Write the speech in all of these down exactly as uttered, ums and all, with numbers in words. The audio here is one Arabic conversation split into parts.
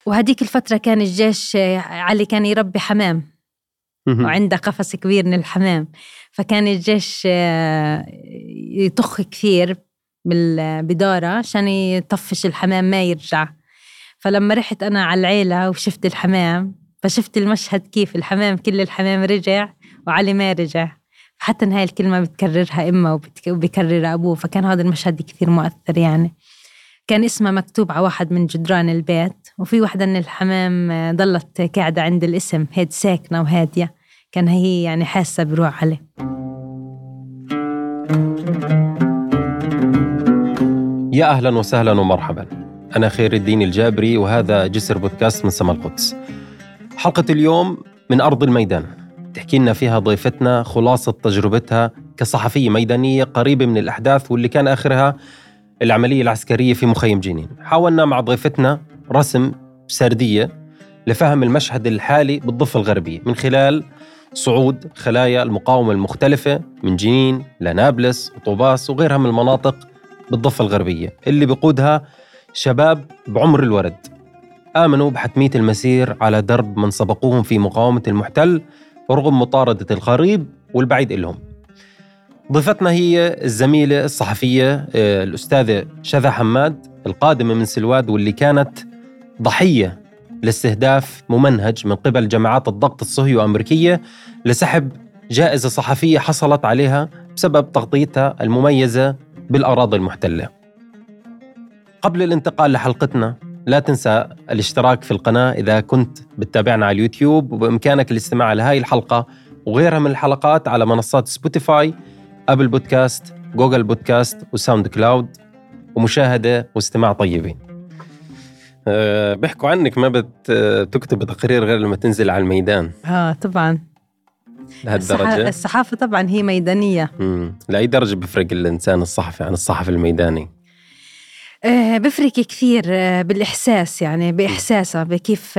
وهديك الفترة كان الجيش علي كان يربي حمام وعنده قفص كبير من الحمام، فكان الجيش يطخ كثير بالبدارة عشان يطفش الحمام ما يرجع. فلما رحت أنا على العيلة وشفت الحمام، فشفت المشهد كيف الحمام كل الحمام رجع وعلي ما رجع، حتى هاي الكلمة بتكررها إمه وبيكررها أبوه، فكان هذا المشهد كثير مؤثر. يعني كان اسمه مكتوب على واحد من جدران البيت، وفي واحدة من الحمام ضلت قاعدة عند الاسم هيد ساكنة وهادية، كان هي يعني حاسة بروح عليه. يا أهلا وسهلا ومرحبا، أنا خير الدين الجابري وهذا جسر بودكاست من سما القدس. حلقة اليوم من أرض الميدان، تحكي لنا فيها ضيفتنا خلاصة تجربتها كصحفية ميدانية قريبة من الأحداث واللي كان آخرها العملية العسكرية في مخيم جنين. حاولنا مع ضيفتنا رسم سردية لفهم المشهد الحالي بالضفة الغربية من خلال صعود خلايا المقاومة المختلفة من جنين لنابلس وطوباس وغيرها من المناطق بالضفة الغربية اللي بقودها شباب بعمر الورد آمنوا بحتمية المسير على درب من سبقوهم في مقاومة المحتل ورغم مطاردة القريب والبعيد إلهم. ضيفتنا هي الزميلة الصحفية الأستاذة شذى حماد القادمة من سلواد، واللي كانت ضحية لاستهداف ممنهج من قبل جماعات الضغط الصهيونية الأمريكية لسحب جائزة صحفية حصلت عليها بسبب تغطيتها المميزة بالأراضي المحتلة. قبل الانتقال لحلقتنا لا تنسى الاشتراك في القناة إذا كنت بتتابعنا على اليوتيوب، وبإمكانك الاستماع لهاي الحلقة وغيرها من الحلقات على منصات سبوتيفاي، أبل بودكاست، جوجل بودكاست وساوند كلاود، ومشاهدة واستماع طيبين. أه بيحكوا عنك ما بتكتب تقرير غير لما تنزل على الميدان. آه طبعا لهالدرجة الصحافة طبعا هي ميدانية. مم. لأي درجة بفرق الإنسان الصحفي عن الصحفي الميداني؟ آه بفرق كثير آه بالإحساس، يعني بإحساسه بكيف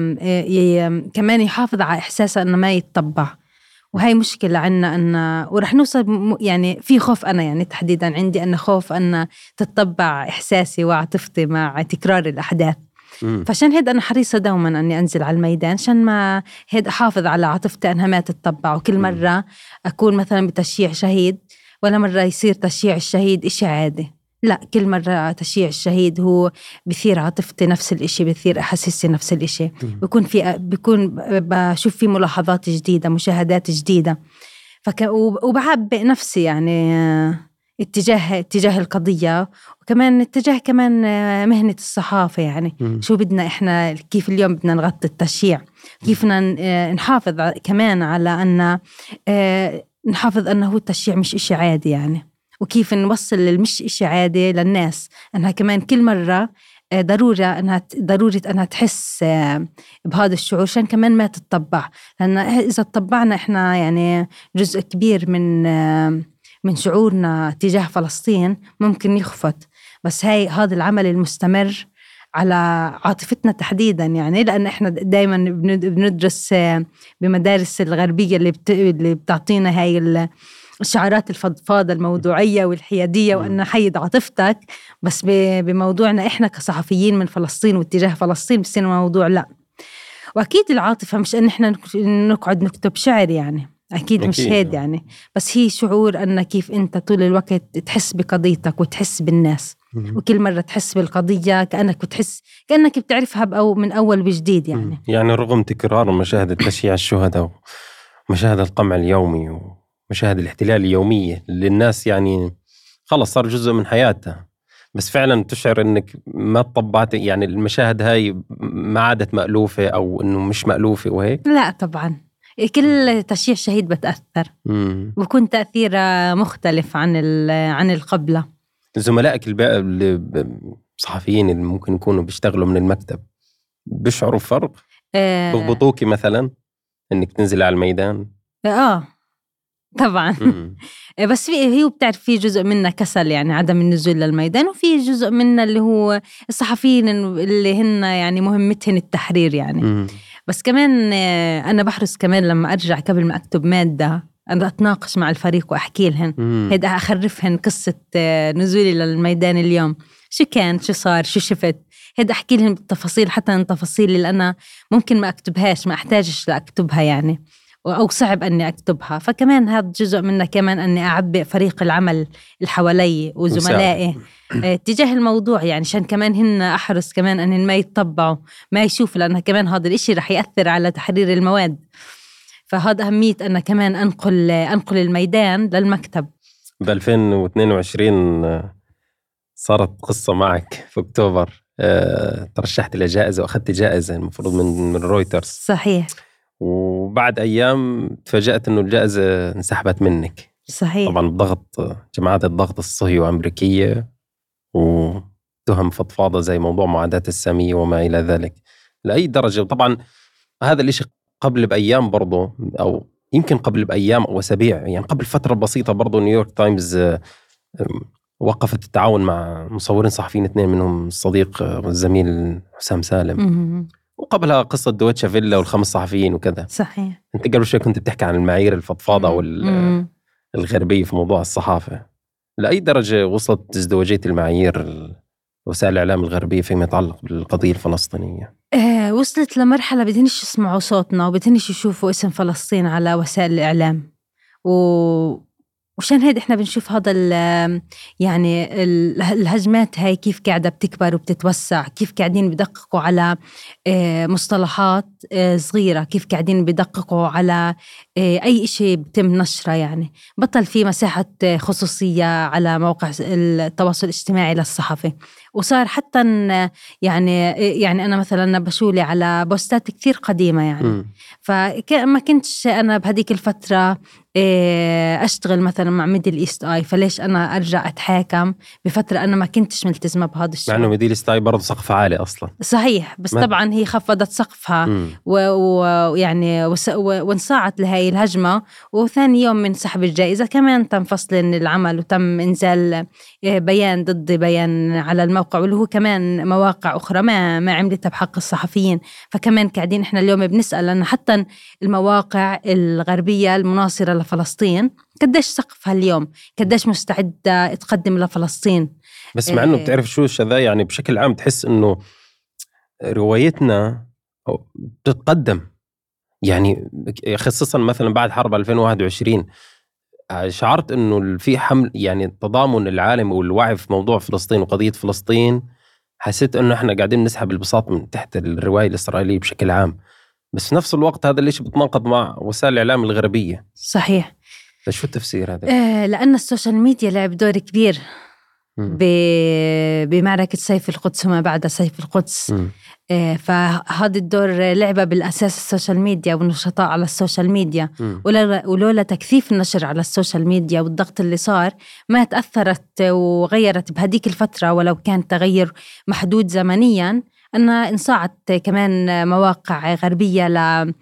آه كمان يحافظ على إحساسه أنه ما يتطبع، وهي مشكلة عنا أن ورح نوصل يعني في خوف، أنا يعني تحديدا عندي أن خوف أن تتطبع إحساسي وعاطفتي مع تكرار الأحداث. مم. فعشان هيدا أنا حريصة دوما أني أنزل على الميدان عشان ما هيدا أحافظ على عاطفتي أنها ما تتطبع، وكل مرة أكون مثلا بتشييع شهيد ولا مرة يصير تشييع الشهيد إشي عادي، لا كل مرة تشييع الشهيد هو بثير عاطفتي نفس الإشي، بثير أحاسيسي نفس الإشي، بيكون في بيكون بشوف في ملاحظات جديدة، مشاهدات جديدة، فك وبعبئ نفسي يعني اتجاه اتجاه القضية، وكمان اتجاه كمان مهنة الصحافة. يعني م. شو بدنا إحنا كيف اليوم بدنا نغطي التشييع، كيف نحافظ كمان على أن نحافظ أنه التشييع مش إشي عادي يعني، وكيف نوصل المش إشي عادي للناس أنها كمان كل مرة ضرورة أنها ضرورة أنها تحس بهذا الشعور عشان كمان ما تتطبع، لأن إذا تطبعنا إحنا يعني جزء كبير من من شعورنا تجاه فلسطين ممكن يخفت. بس هاي هذا العمل المستمر على عاطفتنا تحديدا، يعني لأن إحنا دايما بندرس بمدارس الغربية اللي اللي بتعطينا هاي الشعارات الفضفاضة الموضوعية والحيادية وأن حيد عاطفتك، بس بموضوعنا إحنا كصحفيين من فلسطين واتجاه فلسطين بس موضوع لا. وأكيد العاطفة مش أن إحنا نقعد نكتب شعر يعني، أكيد مش هيد يعني، بس هي شعور أن كيف أنت طول الوقت تحس بقضيتك وتحس بالناس، وكل مرة تحس بالقضية كأنك بتحس كأنك بتعرفها أو من أول وجديد يعني. يعني رغم تكرار مشاهد التشييع الشهداء ومشاهد القمع اليومي ومشاهد الاحتلال اليومية للناس يعني خلص صار جزء من حياتها، بس فعلا تشعر أنك ما تطبعت يعني المشاهد هاي ما عادت مألوفة أو أنه مش مألوفة وهيك؟ لا طبعا كل تشييع شهيد بتأثر وكون تأثير مختلف عن عن القبلة. زملائك الباقي الصحفيين اللي ممكن يكونوا بيشتغلوا من المكتب بيشعروا فرق؟ آه بغبطوكي مثلا انك تنزل على الميدان؟ اه طبعا بس في هي بتعرف في جزء منا كسل يعني عدم النزول للميدان، وفي جزء منا اللي هو الصحفيين اللي هن يعني مهمتهن التحرير يعني. مم. بس كمان أنا بحرص كمان لما أرجع قبل ما أكتب مادة أنا أتناقش مع الفريق وأحكي لهن هيدا أخرفهن قصة نزولي للميدان اليوم، شو كان شو صار شو شفت، هيدا أحكي لهم بالتفاصيل، حتى التفاصيل اللي أنا ممكن ما أكتبهاش، ما أحتاجش لأكتبها يعني، أو صعب أني أكتبها. فكمان هذا جزء منه كمان أني أعبئ فريق العمل اللي حوالي وزملائي تجاه الموضوع، يعني عشان كمان هن أحرص كمان أن ما يتطبعوا ما يشوفوا، لأنه كمان هذا الإشي رح يأثر على تحرير المواد. فهذا أهمية أن كمان أنقل أنقل الميدان للمكتب. ب ألفين واثنين وعشرين صارت قصة معك في أكتوبر، أه، ترشحت لجائزة وأخذت جائزة المفروض من من رويترز. صحيح. وبعد أيام تفاجأت إنه الجائزة انسحبت منك. صحيح. طبعا الضغط، جماعات الضغط الصهيونية وأمريكية وتهم فضفاضة زي موضوع معاداة السامية وما إلى ذلك لأي درجة. وطبعا هذا الإشي قبل بأيام برضو، أو يمكن قبل بأيام أو أسابيع، يعني قبل فترة بسيطة برضو نيويورك تايمز وقفت التعاون مع مصورين صحفيين اثنين منهم الصديق والزميل حسام سالم، وقبلها قصة دويتشا فيلا والخمس صحفيين وكذا. صحيح. أنت قبل شوي كنت بتحكي عن المعايير الفضفاضة والغربية في موضوع الصحافة. لأي درجة وصلت ازدواجية المعايير وسائل الإعلام الغربية فيما يتعلق بالقضية الفلسطينية؟ آه وصلت لمرحلة بدهنش يسمعوا صوتنا وبدهنش يشوفوا اسم فلسطين على وسائل الإعلام، و وشان هيدا احنا بنشوف هذا يعني الهجمات هاي كيف قاعدة بتكبر وبتتوسع، كيف قاعدين بدققوا على مصطلحات صغيرة، كيف قاعدين بدققوا على أي إشي بتم نشره. يعني بطل في مساحة خصوصية على موقع التواصل الاجتماعي للصحفي، وصار حتى يعني يعني أنا مثلا بشولي على بوستات كثير قديمة يعني م. فما كنتش أنا بهديك الفترة أشتغل مثلا مع ميدل إيست آي، فليش أنا أرجع أتحاكم بفترة أنا ما كنتش ملتزمة بهذا الشيء، مع أنه ميدل إيست آي برضه سقف عالي أصلا. صحيح، بس ما. طبعا هي خفضت سقفها ويعني وانصاعت لهاي الهجمة، وثاني يوم من سحب الجائزة كمان تم فصل العمل وتم إنزال بيان ضد بيان على الموقع، واللي هو كمان مواقع أخرى ما ما عملتها بحق الصحفيين. فكمان قاعدين إحنا اليوم بنسأل لأن حتى المواقع الغربية المناصرة لفلسطين قديش سقفها اليوم، قديش مستعدة تقدم لفلسطين. بس مع أنه بتعرف شو الشذا، يعني بشكل عام تحس أنه روايتنا بتتقدم، يعني خصوصا مثلا بعد حرب ألفين وواحد وعشرين شعرت أنه في حمل يعني التضامن العالمي والوعي في موضوع فلسطين وقضية فلسطين. حسيت أنه إحنا قاعدين نسحب البساط من تحت الرواية الإسرائيلية بشكل عام، بس في نفس الوقت هذا الليش بتناقض مع وسائل الإعلام الغربية. صحيح. فشو التفسير هذا؟ آه لأن السوشيال ميديا لعب دور كبير ب... بمعركة سيف القدس وما بعد سيف القدس. آه فهذا الدور لعبة بالأساس السوشيال ميديا والنشطاء على السوشيال ميديا، ولولا, ولولا تكثيف النشر على السوشيال ميديا والضغط اللي صار ما تأثرت وغيرت بهديك الفترة، ولو كان تغير محدود زمنيا، أن انصاعت كمان مواقع غربية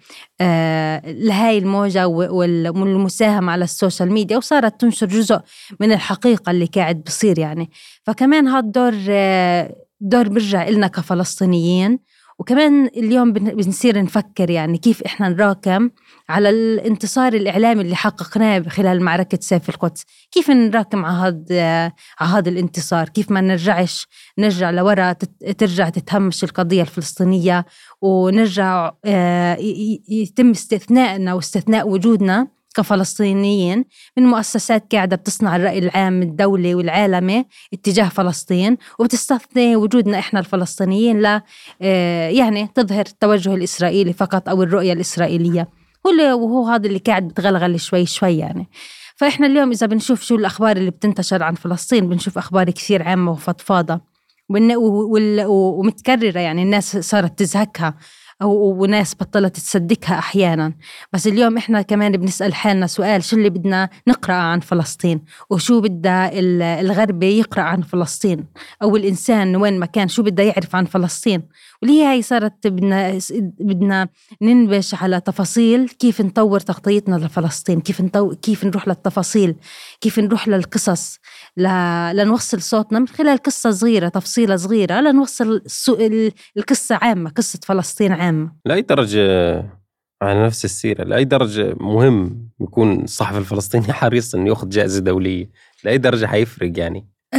لهاي الموجة والمساهمة على السوشيال ميديا، وصارت تنشر جزء من الحقيقة اللي قاعد بصير يعني. فكمان هذا الدور دور برجع إلنا كفلسطينيين، وكمان اليوم بنصير نفكر يعني كيف إحنا نراكم على الانتصار الإعلامي اللي حققناه خلال معركة سيف القدس، كيف نراكم على هذا على هذا الانتصار، كيف ما نرجعش نرجع لورا ترجع تتهمش القضية الفلسطينية، ونرجع يتم استثنائنا واستثناء وجودنا كفلسطينيين من مؤسسات قاعدة بتصنع الرأي العام الدولي والعالمي اتجاه فلسطين، وبتستثني وجودنا إحنا الفلسطينيين لا يعني تظهر التوجه الإسرائيلي فقط أو الرؤية الإسرائيلية، وهو هذا اللي قاعد بتغلغل شوي شوي يعني. فإحنا اليوم إذا بنشوف شو الأخبار اللي بتنتشر عن فلسطين بنشوف أخبار كثير عامة وفضفاضة ومتكررة، يعني الناس صارت تزهكها أو وناس بطلت تصدقها أحيانا. بس اليوم إحنا كمان بنسأل حالنا سؤال، شو اللي بدنا نقرأ عن فلسطين، وشو بدأ الغربي يقرأ عن فلسطين، أو الإنسان وين ما كان شو بدأ يعرف عن فلسطين. وليه هاي صارت بدنا بدنا ننبش على تفاصيل كيف نطور تغطيتنا لفلسطين، كيف نطو كيف نروح للتفاصيل، كيف نروح للقصص ل... لنوصل صوتنا من خلال قصة صغيرة، تفصيلة صغيرة، لنوصل القصة عامة، قصة فلسطين عامة. لأي درجة على نفس السيرة، لأي درجة مهم يكون الصحفي الفلسطيني حريص إنه يأخذ جائزة دولية؟ لأي درجة حيفرق يعني؟ آه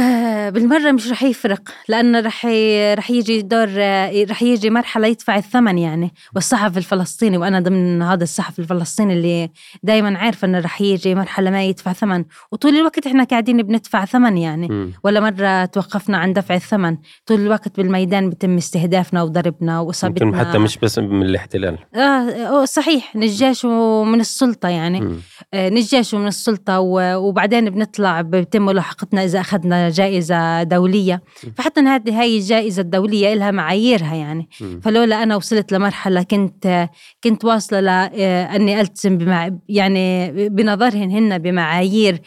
بالمرة مش رح يفرق، لأن رح رح يجي دور، رح يجي مرحلة يدفع الثمن يعني. والصحفي الفلسطيني، وأنا ضمن هذا الصحفي الفلسطيني اللي دايما عارف أنه رح يجي مرحلة ما يدفع ثمن، وطول الوقت إحنا قاعدين بندفع ثمن يعني. م. ولا مرة توقفنا عن دفع الثمن، طول الوقت بالميدان بتم استهدافنا وضربنا وإصابتنا. ممكن حتى مش بس من الاحتلال. آه صحيح، نجاش ومن السلطة يعني. م. آه نجاش ومن السلطة، وبعدين بنطلع بتم ملاحقتنا إذا أخذنا جائزة دولية. فحتى هذه هاي الجائزة الدولية إلها معاييرها يعني. م. فلولا أنا وصلت لمرحلة كنت كنت واصلة لأني ألتزم بمع يعني بنظرهن هن بمعايير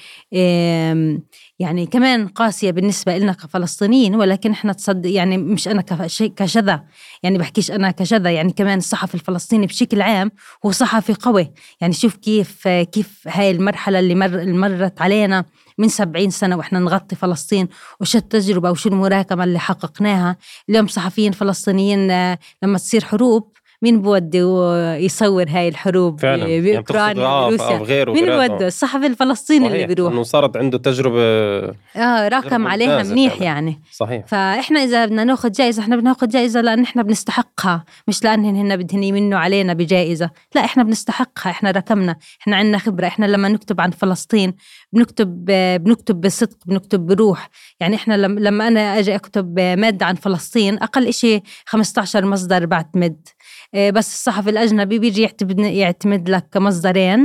يعني كمان قاسية بالنسبة لنا كفلسطينيين، ولكن إحنا تصدق يعني مش أنا كشذا يعني، بحكيش أنا كشذا يعني، كمان الصحفي الفلسطيني بشكل عام هو صحفي قوي يعني. شوف كيف كيف هاي المرحلة اللي مر اللي مرت علينا من سبعين سنة وإحنا نغطي فلسطين، وشو التجربة وشو المراكمة اللي حققناها. اليوم صحفيين فلسطينيين لما تصير حروب، مين بودي يصور هاي الحروب بأوكرانيا وروسيا؟ مين بوده؟ الصحفي الفلسطيني اللي بيروح، إنه صارت عنده تجربة آه راكم عليها منيح فعلا. يعني صحيح. فإحنا إذا بدنا ناخد جائزة، إحنا بناخد جائزة لأن إحنا بنستحقها، مش لأنهن هن بدهن يمنوا علينا بجائزة. لا، إحنا بنستحقها، إحنا ركمنا، إحنا عنا خبرة. إحنا لما نكتب عن فلسطين بنكتب بنكتب بصدق، بنكتب بروح يعني. إحنا لما أنا أجي أكتب مادة عن فلسطين، أقل إشي خمسة عشر مصدر بعتمد، بس الصحفي الأجنبي بيجي يعتمد, يعتمد لك مصدرين،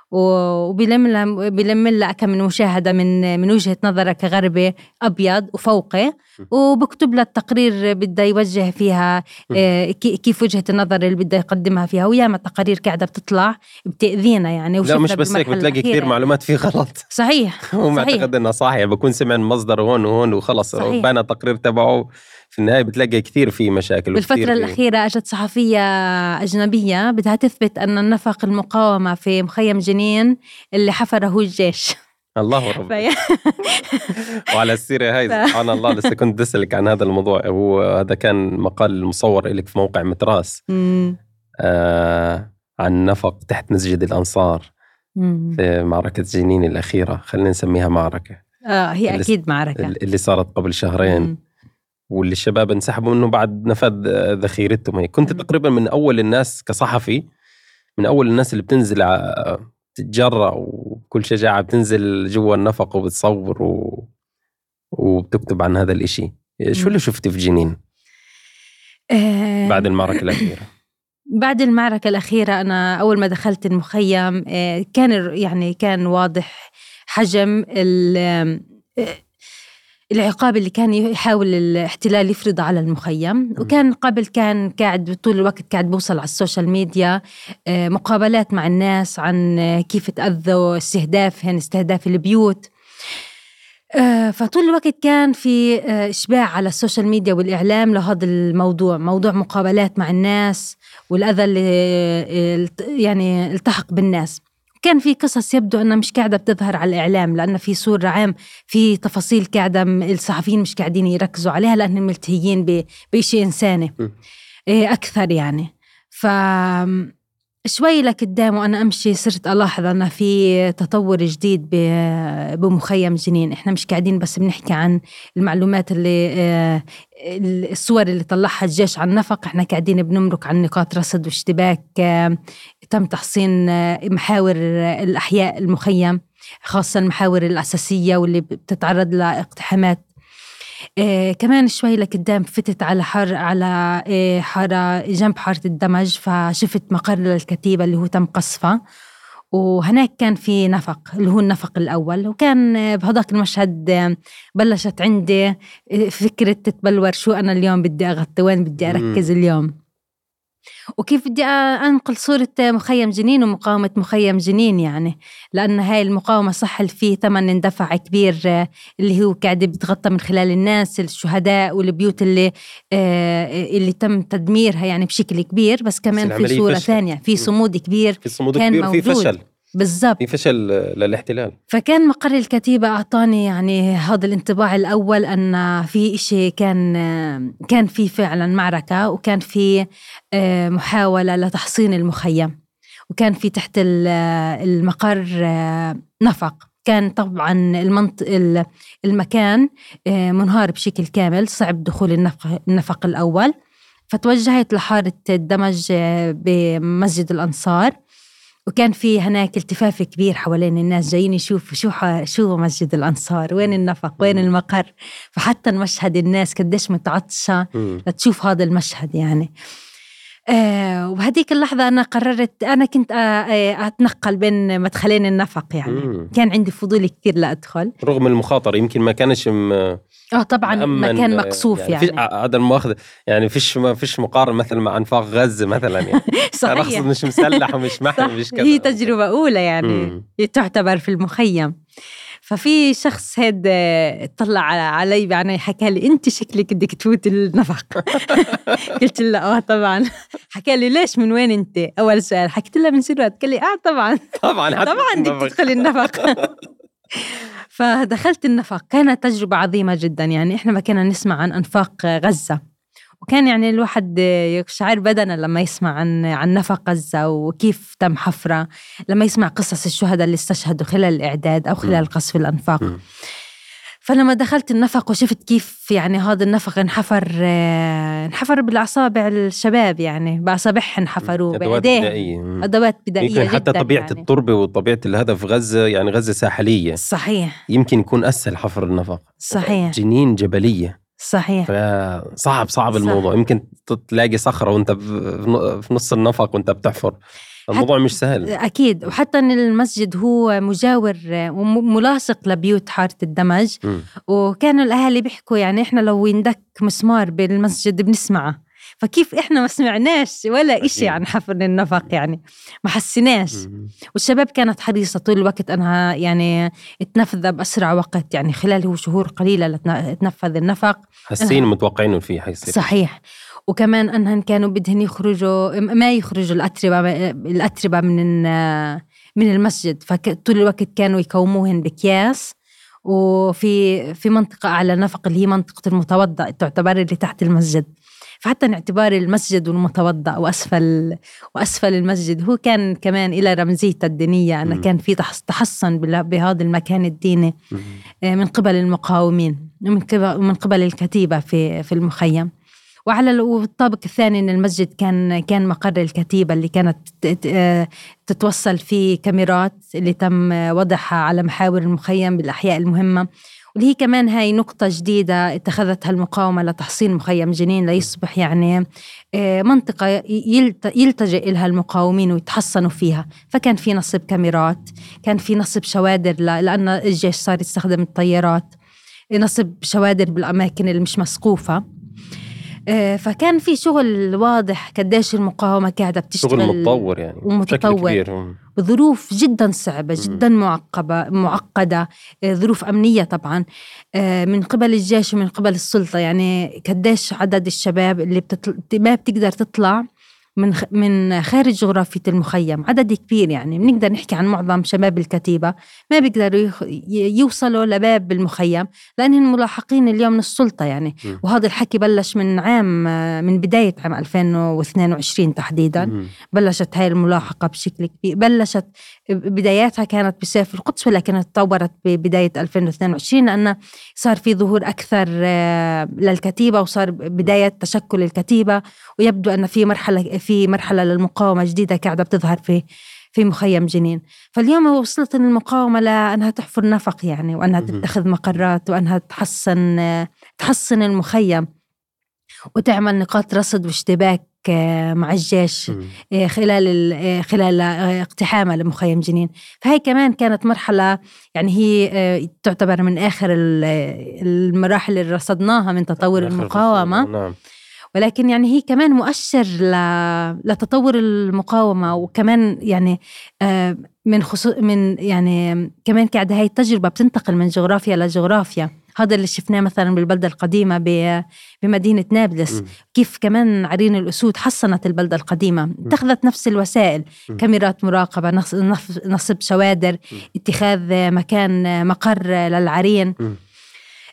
وبيلم بيلم لك من مشاهدة من من وجهة نظرك غربي أبيض وفوقي، وبكتب لك تقرير بده يوجه فيها كيف وجهة النظر اللي بده يقدمها فيها. وياما تقارير قاعدة بتطلع بتأذينا يعني. لا مش بس هيك، بتلاقي كثير معلومات فيه غلط. صحيح. وما أعتقد إنها صحيح، بكون سمع مصدر هون وهون وخلص ربنا تقرير تبعه، في النهاية بتلاقي كثير في مشاكل. بالفترة الأخيرة أجت صحفية أجنبية بدها تثبت أن النفق المقاومة في مخيم جنين اللي حفره الجيش. الله رب. وعلى السيرة هاي سبحان الله، لسه كنت أسألك عن هذا الموضوع. هو هذا كان مقال مصور لك في موقع متراس آه عن نفق تحت مسجد الأنصار مم. في معركة جنين الأخيرة، خلينا نسميها معركة. آه هي أكيد معركة اللي صارت قبل شهرين. مم. واللي الشباب انسحبوا منه بعد نفذ ذخيرتهم. كنت تقريبا من أول الناس كصحفي، من أول الناس اللي بتنزل تتجرأ وكل شجاعة بتنزل جوا النفق وبتصور و... وبتكتب عن هذا الإشي. شو اللي شفتي في جنين أه بعد المعركة الأخيرة؟ بعد المعركة الأخيرة أنا أول ما دخلت المخيم كان يعني كان واضح حجم ال العقاب اللي كان يحاول الاحتلال يفرض على المخيم. وكان قبل كان قاعد طول الوقت قاعد بوصل على السوشيال ميديا مقابلات مع الناس عن كيف تأذوا، استهدافهن، استهداف البيوت. فطول الوقت كان في إشباع على السوشيال ميديا والإعلام لهذا الموضوع، موضوع مقابلات مع الناس والأذى اللي يعني التحق بالناس. كان في قصص يبدو أنها مش قاعدة بتظهر على الإعلام، لأن في صورة عام في تفاصيل قاعدة الصحفيين مش قاعدين يركزوا عليها، لأنهم ملتهيين بشيء إنساني أكثر يعني. فشوي لقدام وأنا أمشي صرت ألاحظ أن في تطور جديد بمخيم جنين. إحنا مش قاعدين بس بنحكي عن المعلومات اللي الصور اللي طلعها الجيش عن نفق، إحنا قاعدين بنمرك عن نقاط رصد واشتباك تم تحصين محاور الأحياء المخيم، خاصة المحاور الأساسية واللي بتتعرض لاقتحامات. إيه كمان شوي لقدام فتت على حار على إيه حارة جنب حارة الدمج، فشفت مقر للكتيبة اللي هو تم قصفه، وهناك كان في نفق اللي هو النفق الأول. وكان بهذاك المشهد بلشت عندي فكرة تتبلور، شو أنا اليوم بدي أغطي، وين بدي أركز اليوم، وكيف بدي أنقل صورة مخيم جنين ومقاومة مخيم جنين يعني. لأن هاي المقاومة صح اللي فيه ثمن اندفع كبير اللي هو قاعد بتغطى من خلال الناس، الشهداء والبيوت اللي آه اللي تم تدميرها يعني بشكل كبير، بس كمان في صورة فشل. ثانية في صمود كبير، في صمود كان كبير، في فشل بالضبط، في فشل للاحتلال. فكان مقر الكتيبة أعطاني يعني هذا الانطباع الأول، أن في إشي كان كان في فعلا معركة، وكان في محاولة لتحصين المخيم، وكان في تحت المقر نفق. كان طبعا المنطق المكان منهار بشكل كامل، صعب دخول النفق, النفق الأول. فتوجهت لحارة الدمج بمسجد الأنصار، وكان في هناك التفاف كبير حوالين الناس جايين يشوفوا شو شو مسجد الأنصار، وين النفق، وين المقر. فحتى المشهد الناس قديش متعطشة لتشوف هذا المشهد يعني. آه وبهديك اللحظة أنا قررت، أنا كنت آه أتنقل بين مدخلين النفق يعني. مم. كان عندي فضول كتير لأدخل رغم المخاطرة، يمكن ما كانش م... اه طبعا مكان مقصوف يعني, يعني. هذا المؤاخذ يعني فيش ما فيش مقارنة مثلا مع أنفاق غزة مثلا يعني. صحيح. مش مسلح ومش محمي مش كذا. هي تجربة أولى يعني. مم. تعتبر في المخيم. ففي شخص هاد اطلع علي يعني حكى لي أنت شكلك بدك تفوت النفق. قلت له آه طبعا. حكى لي ليش، من وين أنت؟ أول سؤال حكيت له من سيروت، قال لي آه طبعا طبعا طبعا بدك تدخل النفق. فدخلت النفق. كانت تجربة عظيمة جدا يعني. إحنا ما كنا نسمع عن أنفاق غزة، وكان يعني الواحد يشعر بدنا لما يسمع عن عن نفق غزة وكيف تم حفره، لما يسمع قصص الشهداء اللي استشهدوا خلال الإعداد أو خلال قصف الأنفاق. م. فلما دخلت النفق وشفت كيف يعني هذا النفق انحفر انحفر بالأصابع الشباب يعني، بأصابعهم انحفروا بأيديهم، أدوات بدائية يمكن حتى جدا طبيعة يعني. التربة وطبيعة الهدف في غزة يعني غزة ساحلية. صحيح. يمكن يكون أسهل حفر النفق. صحيح. جنين جبلية. صحيح. فصعب صعب الموضوع. صح. يمكن تلاقي صخرة وانت في نص النفق وانت بتحفر، الموضوع مش سهل. أكيد. وحتى أن المسجد هو مجاور وملاصق لبيوت حارة الدمج. م. وكانوا الأهالي بيحكوا يعني إحنا لو يندك مسمار بالمسجد بنسمعه، فكيف إحنا ما سمعناش ولا إشي عن حفر النفق يعني، ما حسيناش. م. والشباب كانت حريصة طول الوقت أنها يعني تنفذ بأسرع وقت يعني، خلال شهور قليلة لتنفذ النفق. حسين متوقعين فيه حيصير. صحيح. وكمان أنهم كانوا بدهن يخرجوا ما يخرجوا الأتربة الأتربة من من المسجد، فطول الوقت كانوا يكوموهن بأكياس. وفي في منطقة أعلى نفق اللي هي منطقة المتوضأ تعتبر اللي تحت المسجد. فحتى اعتبار المسجد والمتوضأ وأسفل وأسفل المسجد هو كان كمان إلى رمزيته الدينية، أن كان في تحصن بهذا المكان الديني من قبل المقاومين ومن قبل من قبل الكتيبة في في المخيم. وعلى الطابق الثاني إن المسجد كان كان مقر الكتيبة اللي كانت تتوصل فيه كاميرات اللي تم وضعها على محاور المخيم بالأحياء المهمة، واللي هي كمان هاي نقطة جديدة اتخذتها المقاومة لتحصين مخيم جنين ليصبح يعني منطقة يلتجئ إلها المقاومين ويتحصنوا فيها. فكان في نصب كاميرات، كان في نصب شوادر لأن الجيش صار يستخدم الطيارات، نصب شوادر بالأماكن اللي مش مسقوفة. فكان في شغل واضح قديش المقاومة قاعدة بتشتغل، شغل متطور يعني ومتطور بظروف جدا صعبة جدا معقبة معقدة، ظروف أمنية طبعا من قبل الجيش ومن قبل السلطة. يعني قديش عدد الشباب اللي بتطل... ما بتقدر تطلع من من خارج جغرافية المخيم، عدد كبير يعني. بنقدر نحكي عن معظم شباب الكتيبة ما بيقدروا يوصلوا لباب المخيم لأنهم ملاحقين اليوم من السلطة يعني. م. وهذا الحكي بلش من عام من بداية عام ألفين واثنين وعشرين تحديدا. م. بلشت هاي الملاحقة بشكل كبير. بلشت بداياتها كانت بسيف القدس، ولكن تطورت ببداية ألفين واثنين وعشرين لأن صار في ظهور أكثر للكتيبة وصار بداية تشكل الكتيبة، ويبدو أن في مرحلة في مرحلة للمقاومة جديدة قاعدة بتظهر في في مخيم جنين. فاليوم وصلت المقاومة لأنها تحفر نفق يعني، وأنها تتخذ مقرات، وأنها تحصن تحصن المخيم وتعمل نقاط رصد واشتباك مع الجيش خلال خلال اقتحامه لمخيم جنين. فهي كمان كانت مرحلة يعني هي تعتبر من آخر المراحل اللي رصدناها من تطور المقاومة. نعم. ولكن يعني هي كمان مؤشر لتطور المقاومة، وكمان يعني من خصوص من يعني كمان قاعدة هاي التجربة بتنتقل من جغرافيا لجغرافيا. هذا اللي شفناه مثلا بالبلدة القديمة بمدينة نابلس، م. كيف كمان عرين الأسود حصنت البلدة القديمة، اتخذت نفس الوسائل، م. كاميرات مراقبة، نصب شوادر، م. اتخاذ مكان مقر للعرين. م.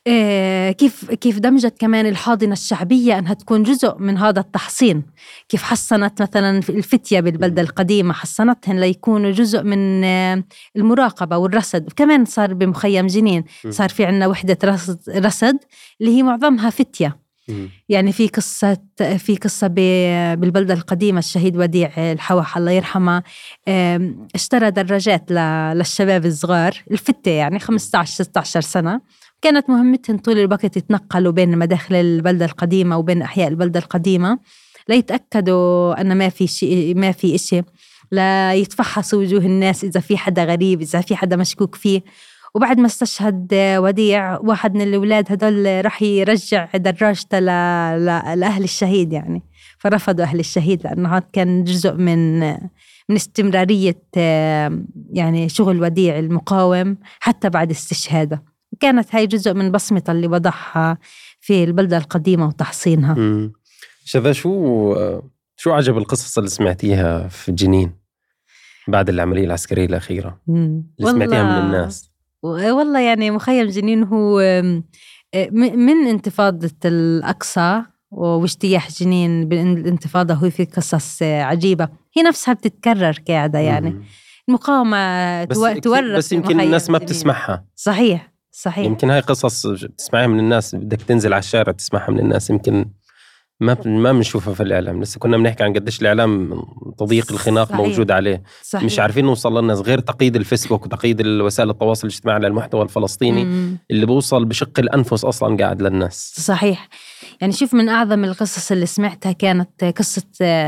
كيف كيف دمجت كمان الحاضنة الشعبية أنها تكون جزء من هذا التحصين، كيف حصنت مثلا الفتية بالبلدة القديمة، حصنتهن ليكونوا جزء من المراقبة والرصد. وكمان صار بمخيم جنين صار في عنا وحدة رصد, رصد اللي هي معظمها فتية. يعني في قصة في قصة بالبلدة القديمة الشهيد وديع الحوح الله يرحمه اشترى دراجات للشباب الصغار الفتة يعني خمسة عشر ستة عشر سنة، كانت مهمتهم طول الوقت يتنقلوا بين مداخل البلدة القديمة وبين أحياء البلدة القديمة ليتأكدوا أن ما في شيء ما في إشي، لا يتفحصوا وجوه الناس إذا في حدا غريب، إذا في حدا مشكوك فيه. وبعد ما استشهد وديع واحد من الأولاد هدول راح يرجع دراجته لأهل الشهيد يعني، فرفضوا أهل الشهيد لأنه هذا كان جزء من من استمرارية يعني شغل وديع المقاوم حتى بعد استشهاده. وكانت هاي جزء من بصمة اللي وضعها في البلدة القديمة وتحصينها. شذا شو شو عجب القصص اللي سمعتيها في جنين بعد العملية العسكرية الأخيرة اللي سمعتيها من الناس؟ والله يعني مخيم جنين هو من انتفاضة الأقصى واجتياح جنين بالانتفاضة هو في قصص عجيبة هي نفسها بتتكرر كعادة يعني. مم. المقاومة بس تورث بس يمكن الناس ما بتسمعها. صحيح صحيح. يمكن هاي قصص تسمعها من الناس، بدك تنزل على الشارع تسمعها من الناس، يمكن ما ما بنشوفها في الإعلام. لسه كنا بنحكي عن قديش الإعلام تضييق الخناق صحيح. موجود عليه صحيح. مش عارفين نوصل للناس غير تقييد الفيسبوك وتقييد الوسائل التواصل الاجتماعي للمحتوى الفلسطيني مم. اللي بوصل بشق الأنفس أصلا قاعد للناس. صحيح. يعني شوف من أعظم القصص اللي سمعتها كانت قصة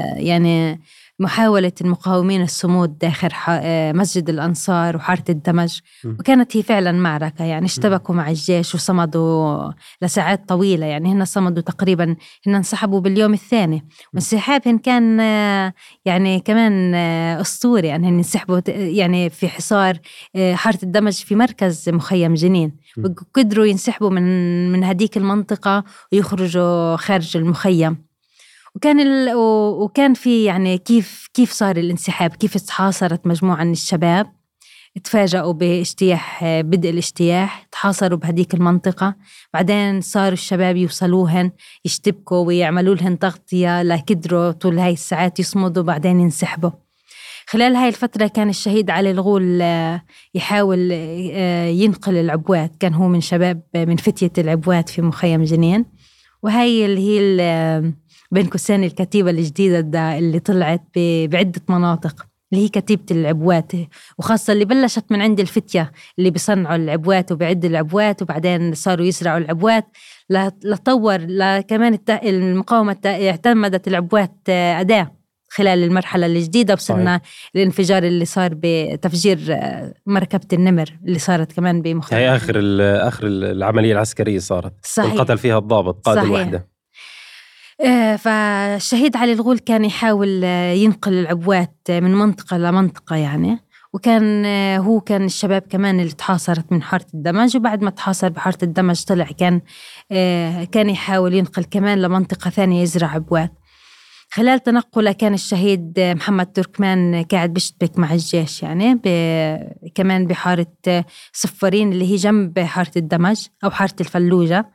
يعني محاولة المقاومين الصمود داخل مسجد الأنصار وحارة الدمج م. وكانت هي فعلا معركة يعني اشتبكوا م. مع الجيش وصمدوا لساعات طويلة. يعني هن صمدوا تقريبا، هن انسحبوا باليوم الثاني وانسحابهم كان يعني كمان أسطوري يعني هن انسحبوا يعني في حصار حارة الدمج في مركز مخيم جنين م. وقدروا ينسحبوا من من هديك المنطقة ويخرجوا خارج المخيم. وكان ال... وكان في يعني كيف كيف صار الانسحاب، كيف تحاصرت مجموعة من الشباب، تفاجئوا باجتياح بدء الاجتياح، تحاصروا بهديك المنطقة، بعدين صاروا الشباب يوصلوهن يشتبكوا ويعملوا لهن تغطية لقدروا طول هاي الساعات يصمدوا بعدين ينسحبوا. خلال هاي الفترة كان الشهيد علي الغول يحاول ينقل العبوات، كان هو من شباب من فتية العبوات في مخيم جنين، وهي اللي هي بين قوسين الكتيبة الجديدة ده اللي طلعت بعدة مناطق اللي هي كتيبة العبوات، وخاصة اللي بلشت من عند الفتية اللي بيصنعوا العبوات وبيعدوا العبوات وبعدين صاروا يزرعوا العبوات لتطور كمان المقاومة اعتمدت العبوات أداة خلال المرحلة الجديدة. وصلنا الانفجار اللي صار بتفجير مركبة النمر اللي صارت كمان بمخيم هي آخر آخر العملية العسكرية صارت انقتل فيها الضابط قائد الوحدة. فالشهيد علي الغول كان يحاول ينقل العبوات من منطقة لمنطقة يعني، وكان هو كان الشباب كمان اللي تحاصرت من حارة الدمج، وبعد ما تحاصر بحارة الدمج طلع كان كان يحاول ينقل كمان لمنطقة ثانية يزرع عبوات. خلال تنقله كان الشهيد محمد تركمان قاعد بيشتبك مع الجيش يعني كمان بحارة صفارين اللي هي جنب حارة الدمج أو حارة الفلوجة.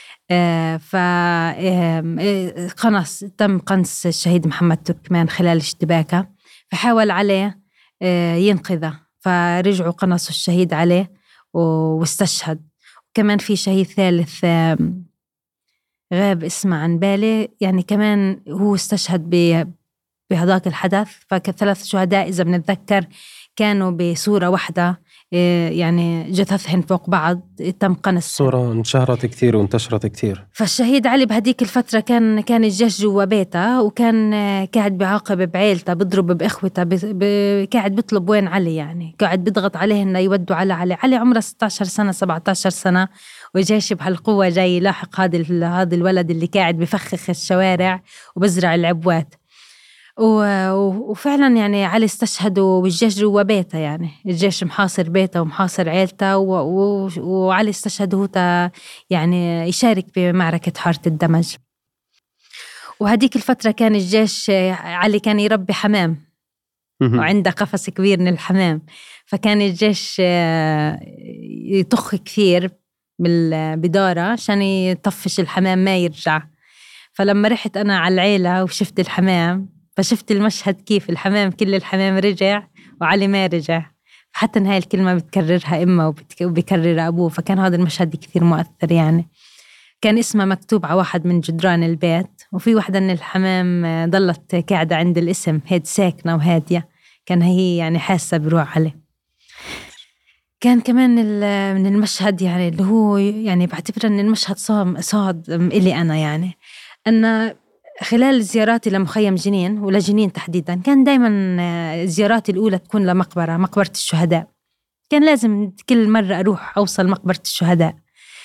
فقنص تم قنص الشهيد محمد تركمان خلال اشتباكه، فحاول عليه ينقذه، فرجعوا قنصوا الشهيد عليه واستشهد. وكمان في شهيد ثالث غاب اسمه عن بالي يعني كمان هو استشهد بهذاك الحدث. فكثلاث شهداء إذا بنتذكر كانوا بصورة واحدة يعني جثثهن فوق بعض، تم قنص. صورة انشهرت كثير وانتشرت كثير. فالشهيد علي بهديك الفترة كان كان الجيش جوا بيته، وكان قاعد بيعاقب بعيلته، بضرب بإخوته، قاعد بيطلب وين علي يعني، قاعد بيضغط عليه إنه يودوا على علي. علي عمره ستة عشر سنة سبعة عشر سنة، والجيش بهالقوة جاي يلاحق هذا هذا الولد اللي قاعد بفخخ الشوارع وبزرع العبوات. وفعلا يعني علي استشهد والجيش جوا بيته، يعني الجيش محاصر بيته ومحاصر عيلته، وعلي استشهد هو يعني يشارك بمعركة حارة الدمج. وهديك الفترة كان الجيش علي كان يربي حمام وعنده قفص كبير من الحمام، فكان الجيش يطخ كثير بالبدارة عشان يطفش الحمام ما يرجع. فلما رحت أنا على العيلة وشفت الحمام، فشفت المشهد كيف الحمام كل الحمام رجع وعلي ما رجع. حتى هاي الكلمة بتكررها إما وبيكررها أبوه، فكان هذا المشهد كثير مؤثر يعني. كان اسمه مكتوب على واحد من جدران البيت، وفي واحدة من الحمام ضلت قاعدة عند الاسم، هيد ساكنة وهادية، كان هي يعني حاسة بروح عليه. كان كمان من المشهد يعني اللي هو يعني بعتبر أن المشهد صام صاد إلي أنا، يعني أن خلال زياراتي لمخيم جنين ولجنين تحديدا، كان دايما زياراتي الأولى تكون لمقبرة مقبرة الشهداء. كان لازم كل مرة أروح أوصل مقبرة الشهداء.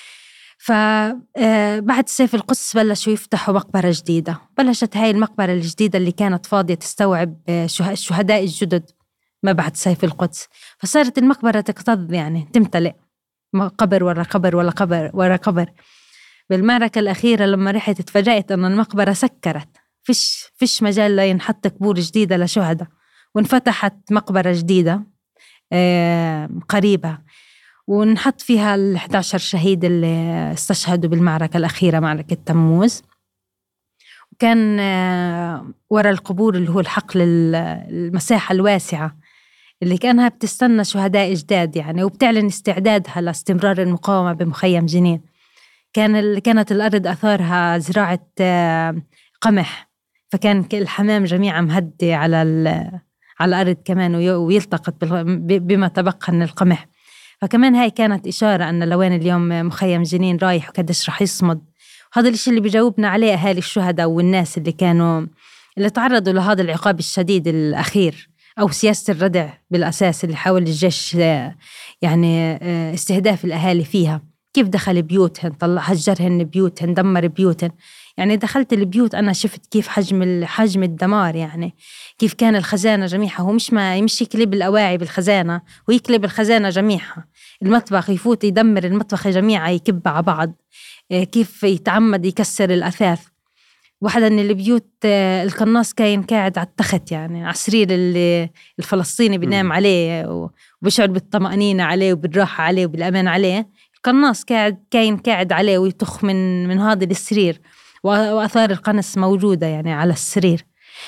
فبعد سيف القدس بلشوا يفتحوا مقبرة جديدة. بلشت هاي المقبرة الجديدة اللي كانت فاضية تستوعب الشهداء الجدد ما بعد سيف القدس. فصارت المقبرة تكتظ يعني تمتلئ، قبر ورا قبر ولا قبر ورا قبر. بالمعركة الأخيرة لما رحت اتفاجأت أن المقبرة سكرت، فيش فيش مجال لا ينحط قبور جديدة لشهداء، وانفتحت مقبرة جديدة قريبة ونحط فيها الأحد عشر شهيد اللي استشهدوا بالمعركة الأخيرة، معركة تموز. وكان ورا القبور اللي هو الحقل المساحة الواسعة اللي كانها بتستنى شهداء جداد يعني، وبتعلن استعدادها لاستمرار المقاومة بمخيم جنين. كان كانت الأرض أثارها زراعة قمح، فكان الحمام جميعا مهدي على على الأرض كمان ويلتقط بما تبقى من القمح. فكمان هاي كانت إشارة أن لوين اليوم مخيم جنين رايح وكدش رح يصمد. هذا الشيء اللي بيجاوبنا عليه أهالي الشهداء والناس اللي كانوا اللي تعرضوا لهذا العقاب الشديد الأخير، أو سياسة الردع بالأساس اللي حاول الجيش يعني استهداف الأهالي فيها. كيف دخل بيوتهن، طلع هجرهن بيوتهن، دمر بيوتهن. يعني دخلت البيوت أنا شفت كيف حجم حجم الدمار، يعني كيف كان الخزانة جميعها، هو مش ما يمشي يكلب الأواعي بالخزانة ويكلب الخزانة جميعها. المطبخ يفوت يدمر المطبخ جميعها، يكب على بعض. كيف يتعمد يكسر الأثاث. واحدة من البيوت القناص كاين قاعد على التخت، يعني على السرير اللي الفلسطيني بينام عليه وبيشعر بالطمأنينة عليه وبالراحة عليه وبالأمان عليه. القناص قاعد كاين قاعد عليه ويتخ من من هذا السرير، وأثار القنص موجودة يعني على السرير.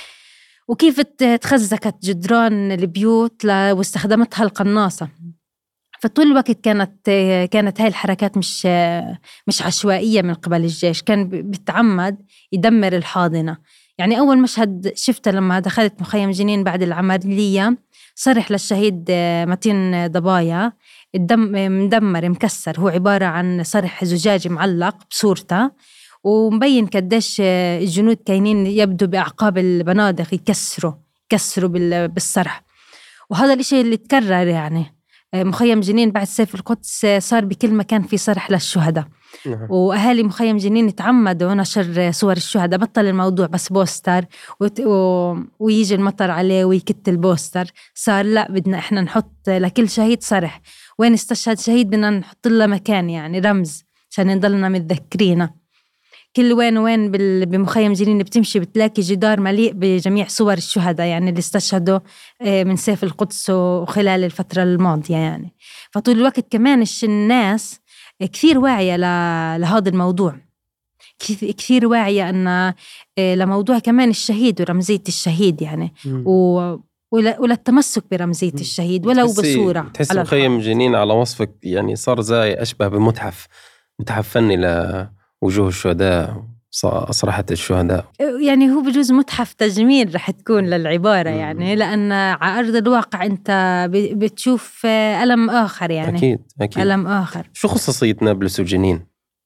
وكيف تخزكت جدران البيوت واستخدمتها القناصة. فطول الوقت كانت كانت هاي الحركات مش مش عشوائية من قبل الجيش، كان بتعمد يدمر الحاضنة. يعني أول مشهد شفته لما دخلت مخيم جنين بعد العملية، صرح للشهيد متين ضبايا الدم مدمر مكسر، هو عبارة عن صرح زجاجي معلق بصورته، ومبين قديش الجنود كاينين يبدو بأعقاب البنادق يكسروا يكسروا بالصرح. وهذا الشيء اللي تكرر يعني. مخيم جنين بعد سيف القدس صار بكل مكان في صرح للشهداء. نعم. وأهالي مخيم جنين تعمدوا نشر صور الشهداء، بطل الموضوع بس بوستر وت... و... ويجي المطر عليه ويكت البوستر. صار لا، بدنا إحنا نحط لكل شهيد صرح، وين استشهد شهيد بدنا نحط له مكان يعني رمز عشان نضلنا متذكرينه. كل وين وين بمخيم جنين بتمشي بتلاقي جدار مليء بجميع صور الشهداء يعني اللي استشهدوا من سيف القدس وخلال الفترة الماضية يعني. فطول الوقت كمان الناس كثير واعية لهذا الموضوع، كثير واعية أن لموضوع كمان الشهيد ورمزية الشهيد يعني، و ولا التمسك برمزية الشهيد ولو بصورة. تحس مخيم جنين على وصفك يعني صار زي أشبه بمتحف متحف فني لوجوه الشهداء، أصرحة الشهداء. يعني هو بجوز متحف تجميل رح تكون للعبارة يعني، لأن على أرض الواقع أنت بتشوف ألم آخر يعني. أكيد أكيد ألم آخر. شو خصوصية نابلس وجنين؟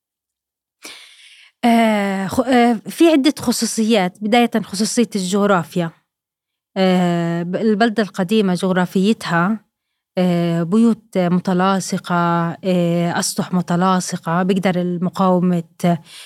آه في عدة خصوصيات. بداية خصوصية الجغرافيا. آه البلدة القديمة جغرافيتها آه بيوت متلاصقة، آه أسطح متلاصقة، بيقدر المقاومة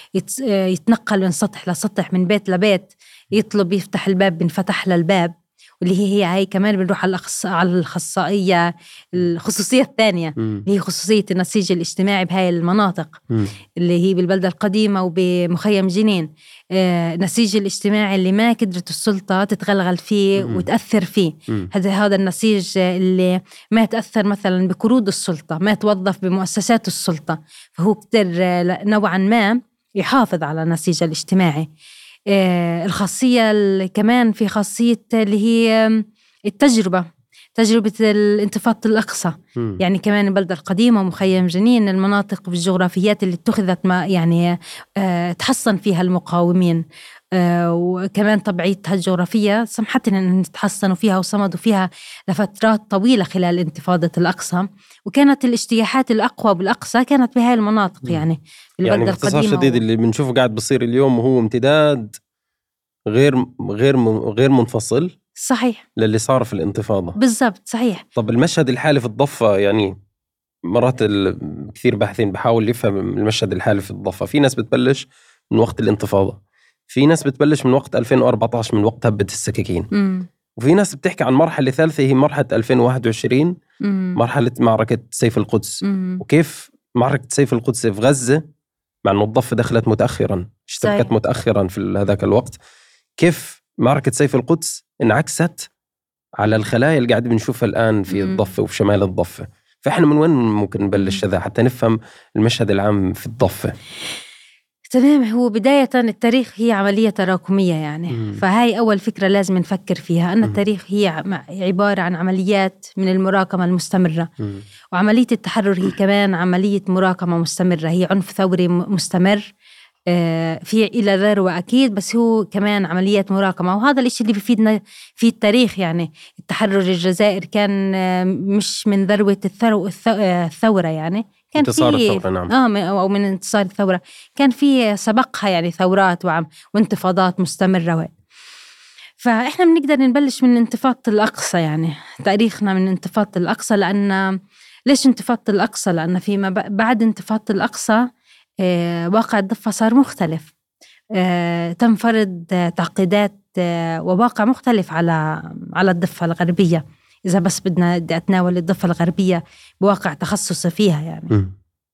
يتنقل من سطح لسطح، من بيت لبيت، يطلب يفتح الباب بنفتح للباب. واللي هي هي كمان بنروح على على الخصائية الخصوصية الثانية م. اللي هي خصوصية النسيج الاجتماعي بهاي المناطق م. اللي هي بالبلدة القديمة وبمخيم جنين. آه النسيج الاجتماعي اللي ما قدرت السلطة تتغلغل فيه م. وتأثر فيه. هذا هذا النسيج اللي ما تأثر مثلا بقروض السلطة، ما توظف بمؤسسات السلطة، فهو قدر نوعا ما يحافظ على النسيج الاجتماعي. آه الخاصية كمان في خاصية اللي هي التجربة، تجربة الانتفاضة الأقصى. م. يعني كمان البلدة القديمة ومخيم جنين المناطق والجغرافيات اللي اتخذت ما يعني آه تحصن فيها المقاومين، آه وكمان طبيعتها الجغرافية سمحت أن يتحصنوا فيها وصمدوا فيها لفترات طويلة خلال انتفاضة الأقصى. وكانت الاجتياحات الأقوى بالأقصى كانت بهاي المناطق. م. يعني يعني باختصار شديد و... اللي بنشوفه قاعد بصير اليوم وهو امتداد غير غير غير منفصل صحيح للي صار في الانتفاضة. بالضبط صحيح. طب المشهد الحالي في الضفة، يعني مرات كثير باحثين بحاول يفهم المشهد الحالي في الضفة. في ناس بتبلش من وقت الانتفاضة، في ناس بتبلش من وقت ألفين وأربعة عشر من وقت هبة السكاكين، م. وفي ناس بتحكي عن مرحلة ثالثة هي مرحلة ألفين وواحد وعشرين، م. مرحلة معركة سيف القدس، م. وكيف معركة سيف القدس في غزة مع أنه الضفة دخلت متأخرا، اشتبكت متأخرا في هذاك الوقت، كيف معركة سيف القدس انعكست على الخلايا اللي قاعد بنشوفها الآن في الضفة وفي شمال الضفة. فإحنا من وين ممكن نبلش هذا حتى نفهم المشهد العام في الضفة؟ تمام. هو بداية التاريخ هي عملية تراكمية يعني مم. فهاي أول فكرة لازم نفكر فيها، أن التاريخ هي عبارة عن عمليات من المراكمة المستمرة. مم. وعملية التحرر هي كمان عملية مراكمة مستمرة، هي عنف ثوري مستمر في إلى ذروة أكيد، بس هو كمان عمليات مراكمة. وهذا الإشي اللي بيفيدنا في التاريخ. يعني التحرر الجزائر كان مش من ذروة الثورة، يعني كان انتصار الثورة نعم. آه أو من انتصار الثورة كان في سبقها يعني ثورات وعم وانتفاضات مستمرة. فإحنا بنقدر نبلش من انتفاضة الأقصى، يعني تاريخنا من انتفاضة الأقصى. لأن ليش انتفاضة الأقصى؟ لأن فيما بعد انتفاضة الأقصى آه واقع الضفة صار مختلف، آه تم فرض آه تعقيدات آه وواقع مختلف على على الضفة الغربية. إذا بس بدنا أتناول الضفة الغربية بواقع تخصصي فيها، يعني م.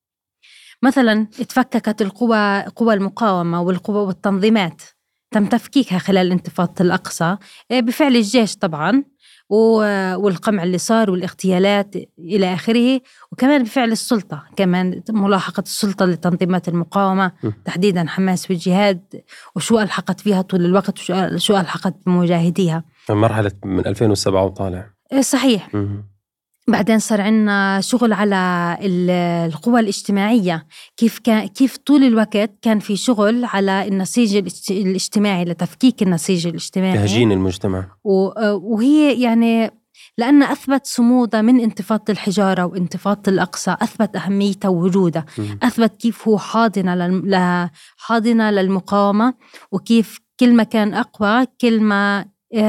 مثلا اتفككت القوى قوى المقاومة والقوى والتنظيمات، تم تفكيكها خلال انتفاضة الأقصى آه بفعل الجيش طبعا، والقمع اللي صار والاغتيالات إلى آخره، وكمان بفعل السلطة، كمان ملاحقة السلطة لتنظيمات المقاومة م. تحديدا حماس والجهاد، وشو ألحقت فيها طول الوقت وشو ألحقت بمجاهديها. مرحلة من ألفين وسبعة وطالع. صحيح. م. بعدين صار عنا شغل على القوى الاجتماعية، كيف كان كيف طول الوقت كان في شغل على النسيج الاجتماعي، لتفكيك النسيج الاجتماعي، تهجين المجتمع. وهي يعني لأن أثبت صمودة من انتفاضة الحجارة وانتفاضة الأقصى، أثبت أهميته ووجوده، أثبت كيف هو حاضنة حاضنة للمقاومة، وكيف كل ما كان أقوى كل ما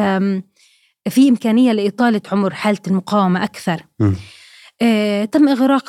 في إمكانية لإطالة عمر حالة المقاومة أكثر. آه، تم إغراق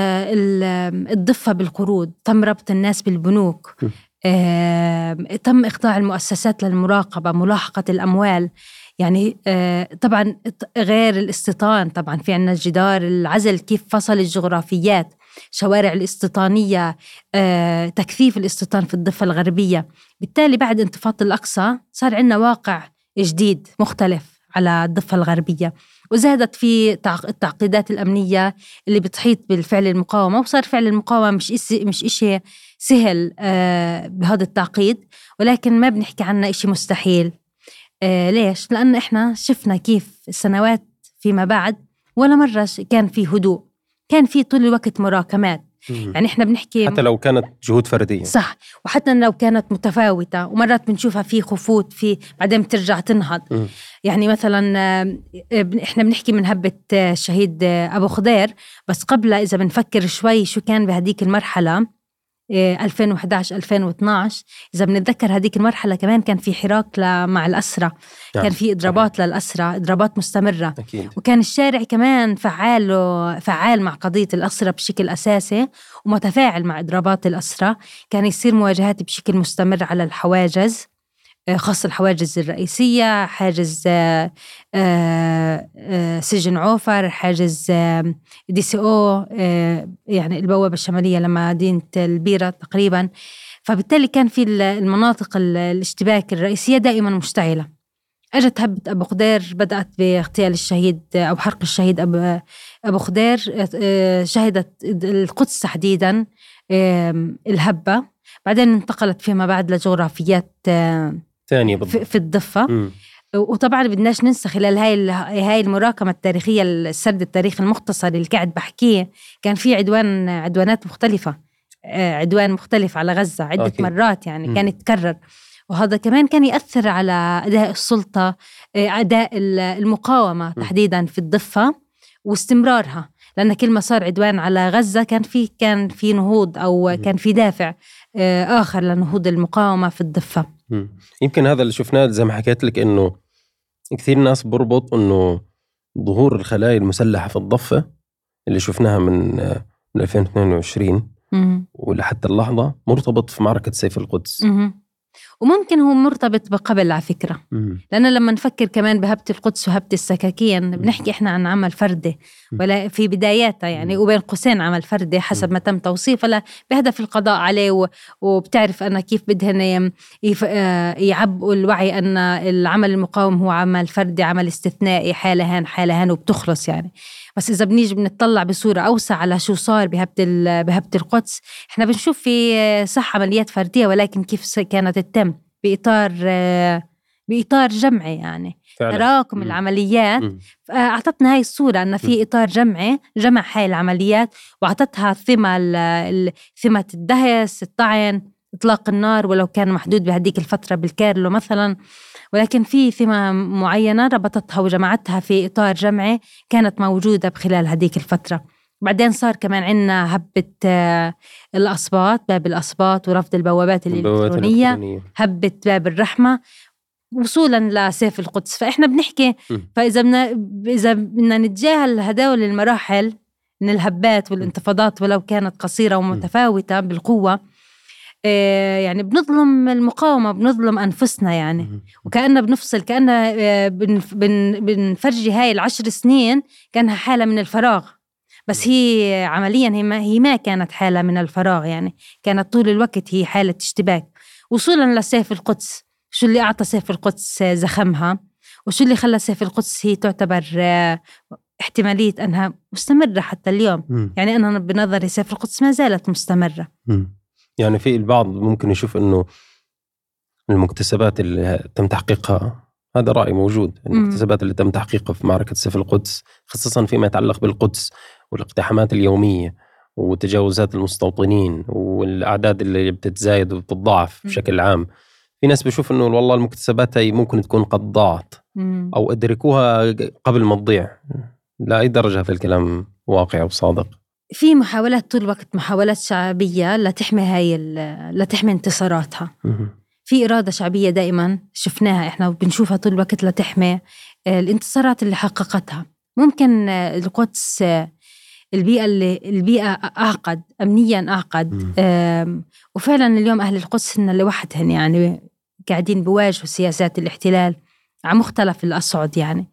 الضفة بالقروض، تم ربط الناس بالبنوك، آه، تم إخضاع المؤسسات للمراقبة، ملاحقة الأموال. يعني آه، طبعا غير الاستيطان، طبعا في عنا جدار العزل كيف فصل الجغرافيات، شوارع الاستيطانية، آه، تكثيف الاستيطان في الضفة الغربية. بالتالي بعد انتفاضة الأقصى صار عنا واقع جديد مختلف على الضفة الغربية، وزادت في التعقيدات الأمنية اللي بتحيط بالفعل المقاومة، وصار فعل المقاومة مش إشي مش إشي سهل آه بهذا التعقيد، ولكن ما بنحكي عنه إشي مستحيل. آه ليش؟ لأن إحنا شفنا كيف السنوات فيما بعد ولا مرة كان في هدوء، كان في طول الوقت مراكمات. يعني إحنا بنحكي حتى لو كانت جهود فردية، صح، وحتى لو كانت متفاوتة، ومرات بنشوفها في خفوت في بعدين بترجع تنهض. م. يعني مثلا إحنا بنحكي من هبة الشهيد أبو خضير، بس قبل إذا بنفكر شوي شو كان بهديك المرحلة ألفين وإحدى عشر ألفين واثناشر، إذا بنتذكر هديك المرحلة كمان كان في حراك مع الأسرة، كان في إضرابات للأسرة، إضرابات مستمرة. أكيد. وكان الشارع كمان فعال فعال مع قضية الأسرة بشكل أساسي، ومتفاعل مع إضرابات الأسرة. كان يصير مواجهات بشكل مستمر على الحواجز، خاص الحواجز الرئيسية، حاجز سجن عوفر، حاجز دي سي او يعني البوابة الشمالية لمدينة البيرة تقريبا. فبالتالي كان في المناطق الاشتباك الرئيسية دائما مشتعلة. أجت هبة أبو خدير، بدأت باغتيال الشهيد أو حرق الشهيد أبو, أبو خدير. شهدت القدس تحديدا الهبة، بعدين انتقلت فيما بعد لجغرافيات ثانية في, في الضفة. م. وطبعا بدناش ننسى خلال هاي هاي المراكمة التاريخية، السرد التاريخي المختصر اللي قاعد بحكيه، كان في عدوان عدوانات مختلفة، عدوان مختلف على غزة عدة أوكي. مرات يعني م. كان يتكرر، وهذا كمان كان يأثر على أداء السلطة، أداء المقاومة تحديدا في الضفة واستمرارها، لأن كل ما صار عدوان على غزة كان في كان في نهوض أو كان في دافع آخر لنهوض المقاومة في الضفة. يمكن هذا اللي شفناه زي ما حكيت لك، إنه كثير ناس بربط إنه ظهور الخلايا المسلحة في الضفة اللي شفناها من من ألفين واثنين وعشرين ولحتى اللحظة مرتبط في معركة سيف القدس. م- وممكن هو مرتبط بقبل على فكرة، لأن لما نفكر كمان بهبة القدس وهبة السكاكين بنحكي إحنا عن عمل فردي ولا في بداياتها يعني، وبين قوسين عمل فردي حسب ما تم توصيفه بهدف القضاء عليه. وبتعرف أنا كيف بدهن يعبقوا الوعي أن العمل المقاوم هو عمل فردي، عمل استثنائي، حالة هان حالة هان وبتخلص يعني. بس إذا بنيجي بنطلع بصورة أوسع على شو صار بهبة بهبة القدس، إحنا بنشوف في صح عمليات فردية، ولكن كيف كانت تتم بإطار بإطار جمعي يعني تراكم العمليات. أعطتنا هاي الصورة أن في إطار جمعي جمع هاي العمليات، وأعطتها ثمة ثمة الدهس، الطعن، إطلاق النار، ولو كان محدود بهديك الفترة بالكارلو مثلا، ولكن في ثمة معينة ربطتها وجمعتها في إطار جمعي كانت موجودة بخلال هديك الفترة. بعدين صار كمان عنا هبة الأصباط، باب الأصباط ورفض البوابات الإلكترونية، هبة باب الرحمة، وصولا لسيف القدس. فإحنا بنحكي فإذا بدنا إذا بدنا نتجاهل هدول المراحل من الهبات والانتفاضات ولو كانت قصيرة ومتفاوتة بالقوة، يعني بنظلم المقاومة، بنظلم أنفسنا يعني. وكأننا بنفصل، كأننا بنفرجي هاي العشر سنين كانها حالة من الفراغ، بس هي عمليا هي ما, هي ما كانت حالة من الفراغ يعني، كانت طول الوقت هي حالة اشتباك. وصولا لسيف القدس، شو اللي أعطى سيف القدس زخمها، وشو اللي خلى سيف القدس هي تعتبر احتمالية أنها مستمرة حتى اليوم. م. يعني أنا بنظري سيف القدس ما زالت مستمرة. م. يعني في البعض ممكن يشوف أنه المكتسبات اللي تم تحقيقها، هذا رأي موجود، المكتسبات اللي تم تحقيقها في معركة سيف القدس خصوصا فيما يتعلق بالقدس والاقتحامات اليومية وتجاوزات المستوطنين والأعداد اللي بتتزايد وبتتضاعف بشكل عام، في ناس بيشوف أنه والله المكتسبات هي ممكن تكون قد ضاعت أو أدركوها قبل ما تضيع. لا أي درجة هذا الكلام واقع وصادق؟ في محاولات طول الوقت، محاولات شعبية لتحمي هاي لتحمي انتصاراتها. في إرادة شعبية دائما شفناها إحنا وبنشوفها طول الوقت لتحمي الانتصارات اللي حققتها. ممكن القدس البيئة اللي البيئة أعقد، أمنيا أعقد، وفعلا اليوم أهل القدس إن لوحدهم يعني قاعدين بواجهوا سياسات الاحتلال على مختلف الأصعد يعني.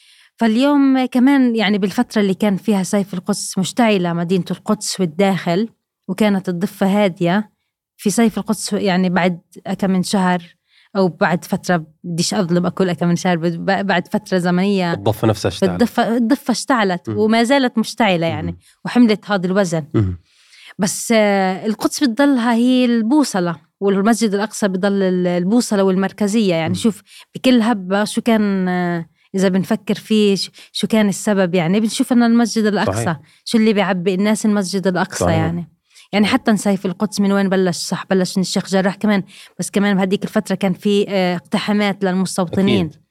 فاليوم كمان يعني بالفترة اللي كان فيها سيف القدس مشتعلة مدينة القدس والداخل، وكانت الضفة هادية، في سيف القدس يعني بعد كم من شهر أو بعد فترة، بديش أظلم أقول كم من شهر، بعد فترة زمنية الضفة نفسها اشتعلت، الضفة, الضفة اشتعلت م- وما زالت مشتعلة يعني م- وحملت هذا الوزن م- بس القدس بتضلها هي البوصلة، والمسجد الأقصى بضل البوصلة والمركزية يعني. م- شوف بكل هبة شو كان، إذا بنفكر فيه شو كان السبب يعني، بنشوف أن المسجد الأقصى صحيح. شو اللي بيعبي الناس المسجد الأقصى صحيح. يعني يعني حتى سيف القدس من وين بلش؟ صح بلش من الشيخ جراح كمان، بس كمان بهديك الفترة كان في اقتحامات للمستوطنين أكيد.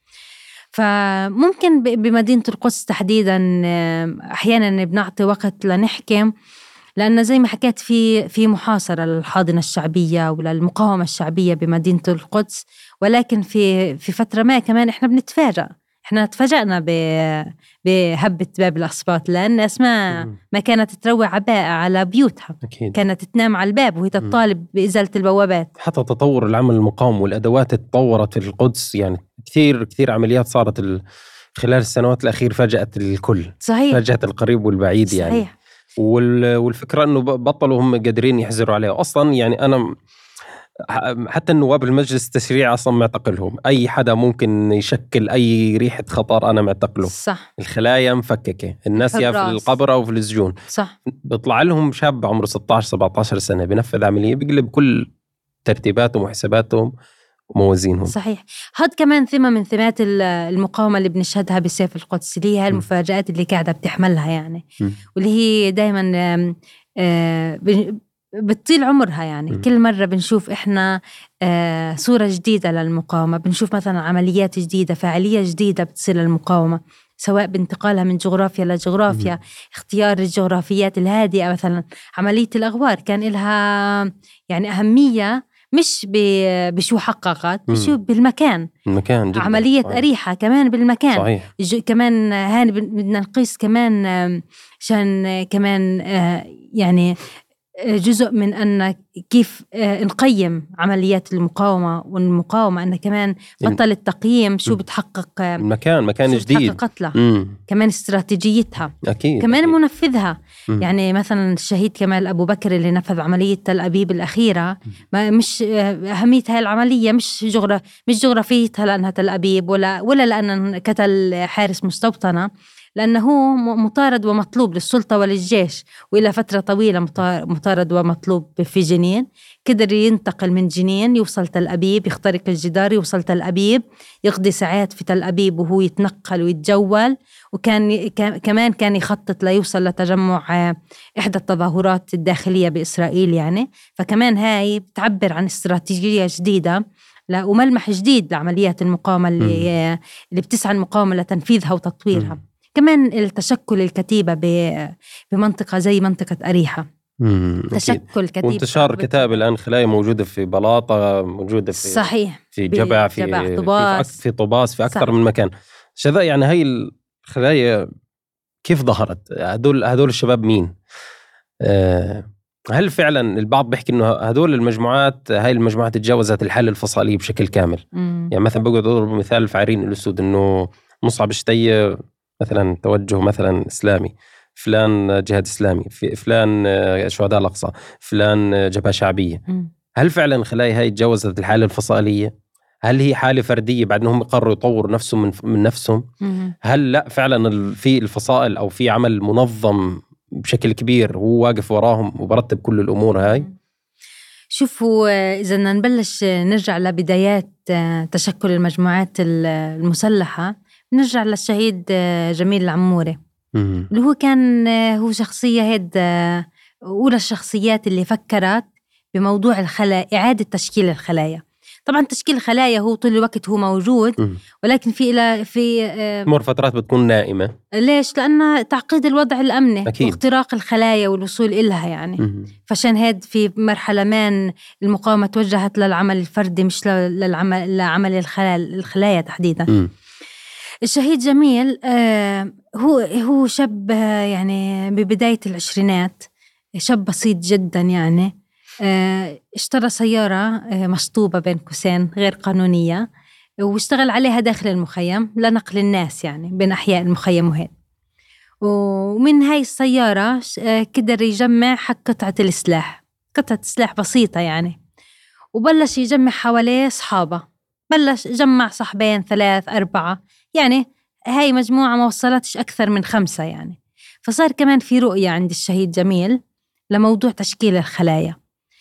فممكن بمدينة القدس تحديدا أحيانا بنعطي وقت لنحكم، لأن زي ما حكيت في في محاصرة للحاضنة الشعبية وللمقاومة الشعبية بمدينة القدس، ولكن في في فترة ما كمان إحنا بنتفاجأ إحنا تفاجأنا بهبة باب الأسباط، لأن أسماء ما كانت تروي عباءة على بيوتها. أكيد. كانت تنام على الباب وهي تطالب بإزالة البوابات. حتى تطور العمل المقاوم والأدوات تطورت في القدس، يعني كثير كثير عمليات صارت ال... خلال السنوات الأخيرة فاجأت الكل. صحيح. فاجأت القريب والبعيد. صحيح. يعني وال... والفكرة أنه بطلوا هم قادرين يحزروا عليه أصلا. يعني أنا حتى النواب المجلس التشريعي أصلا معتقلهم. أي حدا ممكن يشكل أي ريحة خطر أنا معتقله. صح. الخلايا مفككة، الناس يا في القبر أو في السجون. صح. بيطلع لهم شاب عمره ستة عشر سبعة عشر سنة بنفذ عملية بيقلب كل ترتيباتهم وحساباتهم وموازينهم. صحيح. هاد كمان ثمة من ثمات المقاومة اللي بنشهدها بسيف القدس، اللي هي المفاجآت اللي قاعدة بتحملها يعني م. واللي هي دايما بتطيل عمرها. يعني م. كل مرة بنشوف إحنا صورة جديدة للمقاومة، بنشوف مثلا عمليات جديدة، فعالية جديدة بتصير للمقاومة، سواء بانتقالها من جغرافيا لجغرافيا، م. اختيار الجغرافيات الهادئة. مثلا عملية الأغوار كان لها يعني أهمية مش بشو حققت، بشو بالمكان. المكان جدا. عملية صحيح. أريحة كمان بالمكان. صحيح. كمان هان بدنا نقيس كمان عشان كمان يعني جزء من أن كيف نقيم عمليات المقاومة والمقاومة، أن كمان بطل التقييم شو بتحقق المكان مكان جديد كمان استراتيجيتها. أكيد. كمان أكيد. منفذها. مم. يعني مثلا الشهيد كمال أبو بكر اللي نفذ عملية تل أبيب الأخيرة، ما مش أهمية هاي العملية مش جغرا مش جغرافيتها لأنها تل أبيب ولا ولا لأن قتل حارس مستوطنة، لأنه هو مطارد ومطلوب للسلطة وللجيش، وإلى فترة طويلة مطارد ومطلوب في جنين. قدر ينتقل من جنين يوصل تل أبيب، يخترق الجدار يوصل تل أبيب، يقضي ساعات في تل أبيب وهو يتنقل ويتجول. وكان كمان كان يخطط ليوصل لتجمع إحدى التظاهرات الداخلية بإسرائيل يعني. فكمان هاي بتعبر عن استراتيجية جديدة وملمح جديد لعمليات المقاومة اللي, اللي بتسعى المقاومة لتنفيذها وتطويرها. م. كمان التشكل الكتيبة بمنطقة زي منطقة أريحة. مم. تشكل كتيبة وانتشار كتاب الآن خلايا موجودة في بلاطة، موجودة في صحيح في جبع، في جبع طباس. في طباس في أكثر صحيح. من مكان. شذا يعني هاي الخلايا كيف ظهرت؟ هدول هدول الشباب مين؟ أه هل فعلا البعض بيحكي إنه هدول المجموعات هاي المجموعات تجاوزت الحالة الفصائلية بشكل كامل؟ مم. يعني مثلا بقعد أضرب مثال الفعارين الأسود، إنه مصعب الشتية مثلا توجه مثلا إسلامي، فلان جهاد إسلامي، في فلان شهداء الأقصى، فلان جبهة شعبية. م. هل فعلا خلايا هاي تجاوزت الحالة الفصائلية؟ هل هي حالة فردية بعد أنهم قرروا يطوروا نفسهم من, من نفسهم؟ م. هل لا فعلا في الفصائل أو في عمل منظم بشكل كبير هو واقف وراهم وبرتب كل الأمور هاي؟ شوفوا، إذا نبلش نرجع لبدايات تشكل المجموعات المسلحة، نرجع للشهيد جميل العموري اللي هو كان هو شخصية هيد أولى الشخصيات اللي فكرت بموضوع الخلايا، إعادة تشكيل الخلايا. طبعا تشكيل الخلايا هو طول الوقت هو موجود، ولكن في إلى في مر فترات بتكون نائمة. ليش؟ لأن تعقيد الوضع الأمني أكيد. واختراق الخلايا والوصول إلها يعني. م- فشان هيد في مرحلة من المقاومة توجهت للعمل الفردي مش للعمل لعمل الخلايا الخلايا تحديدا. م- الشهيد جميل آه هو هو شاب آه يعني ببداية العشرينات، شاب بسيط جدا يعني. آه اشترى سيارة آه مشطوبة بين قوسين غير قانونية، واشتغل عليها داخل المخيم لنقل الناس يعني بين أحياء المخيم وهيك. ومن هاي السيارة آه قدر يجمع حق قطعة السلاح، قطعة سلاح بسيطة يعني، وبلش يجمع حواليه صحابة. بلش جمع صحبين ثلاث أربعة يعني، هاي مجموعة ما وصلتش أكثر من خمسة يعني. فصار كمان في رؤية عند الشهيد جميل لموضوع تشكيل الخلايا.